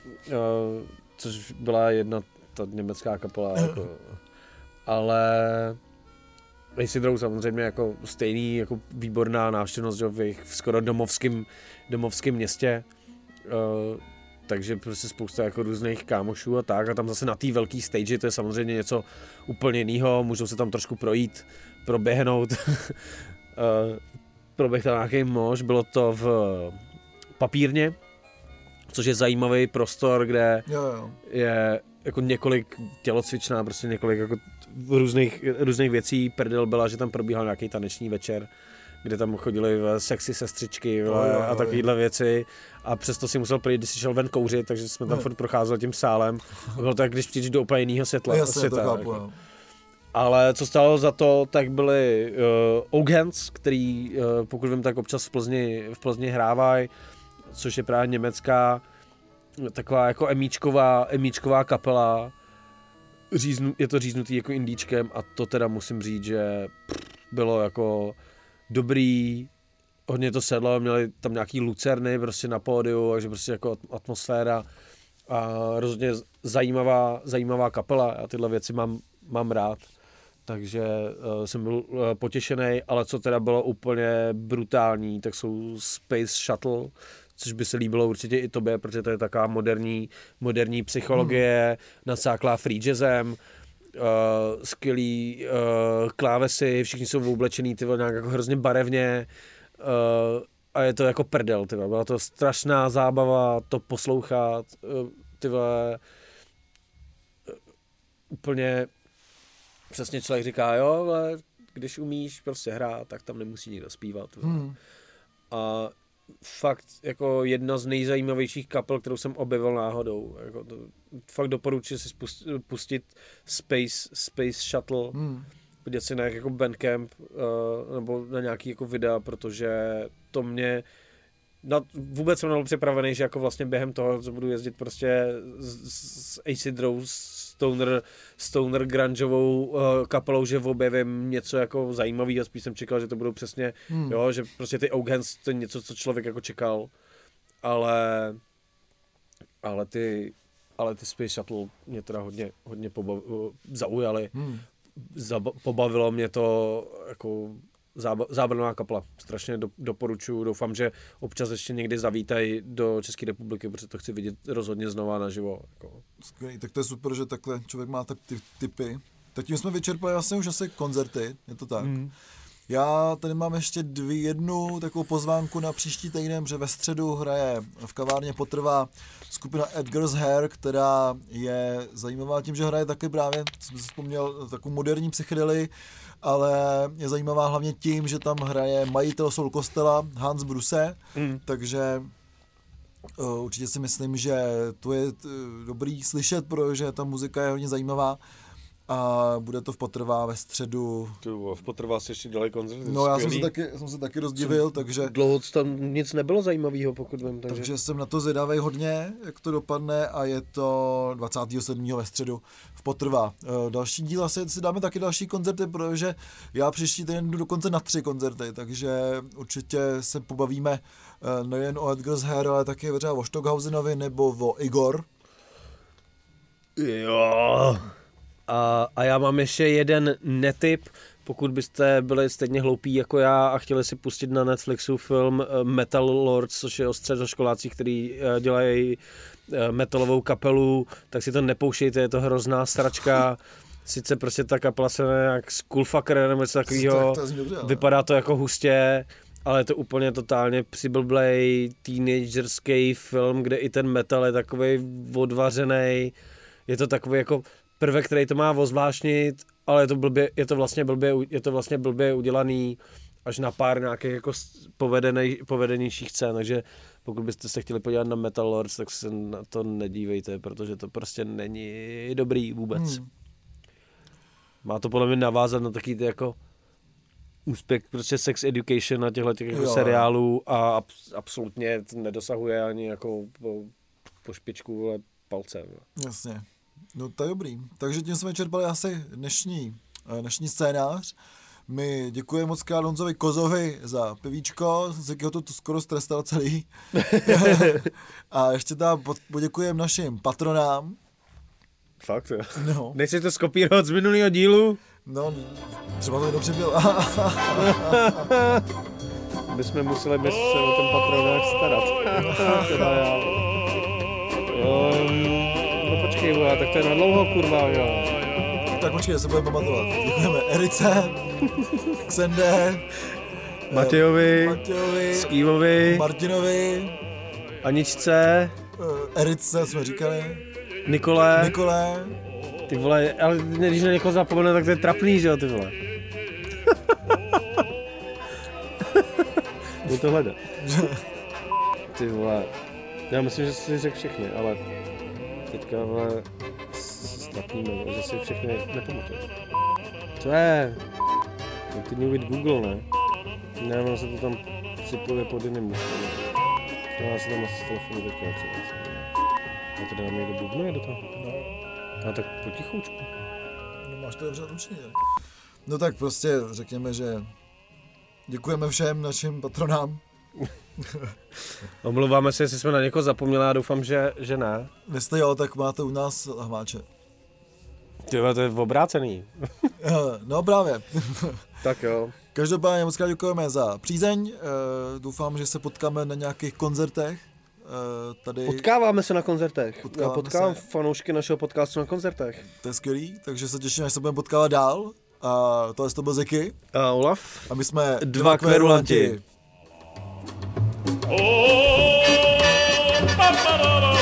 což byla jedna ta německá kapela, jako, ale Acid Row samozřejmě jako stejný, jako výborná návštěvnost v jejich skoro domovském, domovském městě. Uh, takže prostě spousta jako různých kámošů a tak a tam zase na té velké stage to je samozřejmě něco úplně jiného, můžou se tam trošku projít, proběhnout, uh, proběh tam nějaký mož, bylo to v Papírně, což je zajímavý prostor, kde jo, jo. je jako několik tělocvičná, prostě několik jako různých, různých věcí, prdel byla, že tam probíhal nějaký taneční večer, kde tam chodili sexy sestřičky jo, jo, a takovýhle věci a přesto si musel projít, když si šel ven kouřit, takže jsme tam furt procházeli tím sálem. Bylo to tak, když přijdeš do úplně jiného světla. Jasně, světa, to chápu, jako. Ale co stálo za to, tak byly uh, Oak Hands, který uh, pokud vím, tak občas v Plzni, v Plzni hrávají, což je právě německá taková jako emíčková, emíčková kapela. Říznu, je to říznutý jako indíčkem a to teda musím říct, že bylo jako dobrý, hodně to sedlo, měli tam nějaký lucerny prostě na pódiu, takže prostě jako atmosféra a rozhodně zajímavá, zajímavá kapela, já tyhle věci mám, mám rád, takže uh, jsem byl uh, potěšený, ale co teda bylo úplně brutální, tak jsou Space Shuttle, což by se líbilo určitě i tobě, protože to je taková moderní, moderní psychologie, hmm. nacáklá free jazzem, Uh, skvělý uh, klávesy, všichni jsou oblečený ty nějak jako hrozně barevně uh, a je to jako prdel, ty byla to strašná zábava to poslouchat, uh, ty vole, uh, úplně přesně člověk říká, jo, ale když umíš prostě hrát, tak tam nemusí nikdo zpívat. Hmm. A fakt jako jedna z nejzajímavějších kapel, kterou jsem objevil náhodou. Jako to, fakt doporučuji si pustit Space, Space Shuttle, hmm. podívat si na jako Bandcamp uh, nebo na nějaký jako videa, protože to mě na, vůbec jsem nebyl připravený, že jako vlastně během toho, co budu jezdit prostě s, s Acid Row, stoner, stoner grungeovou uh, kapelou, že objevím něco jako zajímavého, spíš jsem čekal, že to budou přesně, hmm. jo, že prostě ty Oak Hands, to je něco, co člověk jako čekal, ale ale ty ale ty Space Shuttle mě teda hodně, hodně pobav, zaujaly, hmm. Zab, pobavilo mě to jako zábavná kapela. Strašně do, doporučuji. Doufám, že občas ještě někdy zavítají do České republiky, protože to chci vidět rozhodně znova naživo. Jako. Skvělý, tak to je super, že takhle člověk má tak ty typy. Tak tím jsme vyčerpali vlastně už asi koncerty, je to tak. Mm. Já tady mám ještě dvě, jednu takovou pozvánku na příští týden, že ve středu hraje v kavárně Potrvá skupina Edgar's Hair, která je zajímavá tím, že hraje taky právě, jsem si vzpomněl, takovou moderní psychedelii, ale je zajímavá hlavně tím, že tam hraje majitel Soul kostela Hans Bruse, mm. takže uh, určitě si myslím, že to je uh, dobrý slyšet, protože ta muzika je hodně zajímavá. A bude to v Potrvá ve středu. Tu, v Potrvá se ještě dělají koncert. No já jsem se, taky, jsem se taky rozdivil, takže... Dlouho tam nic nebylo zajímavého, pokud vím. Takže... takže jsem na to zvědavej hodně, jak to dopadne a je to dvacátého sedmého ve středu v Potrvá. Další díl asi si dáme taky další koncerty, protože já příští týden jdu dokonce na tři koncerty, takže určitě se pobavíme nejen o Edgar's Hair, ale taky třeba o Stockhausenovi nebo o Igor. Jo... A, a já mám ještě jeden netip, pokud byste byli stejně hloupí jako já a chtěli si pustit na Netflixu film Metal Lords, což je o středoškolácích, který dělají metalovou kapelu, tak si to nepouštějte, je to hrozná sračka. Sice prostě ta kapela se jmenuje jak Skullfucker nebo něco takového, vypadá to jako hustě, ale je to úplně totálně přiblblej teenagerský film, kde i ten metal je takovej odvařenej, je to takový jako prvek, který to má ozvláštnit, ale je to, blbě, je to, vlastně, blbě, je to vlastně blbě udělaný až na pár nějakých jako povedenej, povedenějších scén, takže pokud byste se chtěli podívat na Metal Lords, tak se na to nedívejte, protože to prostě není dobrý vůbec. Hmm. Má to podle mě navázat na taky ty jako úspěch prostě Sex Education a těchto těch jako seriálů a abs- absolutně nedosahuje ani jako po, po špičku ale palce. No. Jasně. No to je dobrý. Takže tím jsme čerpali asi dnešní, dnešní scénář. My děkujeme moc krát Honzovi Kozovi za pivíčko, z jakého to skoro strestal celý. A ještě tam poděkujeme našim patronám. Fakt jo. No. Nechci to skopírovat z minulého dílu? No, třeba to je dobře bylo. Bychom museli bez se o ten patron nějak starat. Teda já. Jo, no počkej, vole, tak to je na dlouho, kurva, jo. Tak počkej, se budeme pamatovat. Děkujeme Erice, Xende, Matějovi, Matějovi, Skývovi, Martinovi, Aničce, Erice jsme říkali, Nikole. Nikole. Ty vole, ale když na někoho zapomene, tak to je trapný, že jo, ty vole. Budu to hledat. Ty vole, já myslím, že si řekl všechny, ale teďka vole strapníme, že si všechny nepamatuješ. Co je? Continue with Google, ne? Ne, ono se to tam připojuje pod jiným místem. To já se tam asi z telefonu teďka nepřinesem. A to dám někdo bubnuje do toho? No. A tak potichoučku. No máš to dobře ručně. No tak prostě řekněme, že děkujeme všem našim patronám. Omlouváme se, jestli jsme na někoho zapomněli, já doufám, že, že ne. Jestli jo, tak máte u nás lahváče. Tyhle, to je obrácený. No právě. Tak jo. Každopádně moc krát děkujeme za přízeň. Doufám, že se potkáme na nějakých koncertech. Tady... Potkáváme se na koncertech. Potkáváme Já potkávám se. fanoušky našeho podcastu na koncertech. To je skvělý, takže se těším, až se budeme potkávat dál. A to je to byl Ziky. A Olaf. A my jsme Dva kverulanti. Oh,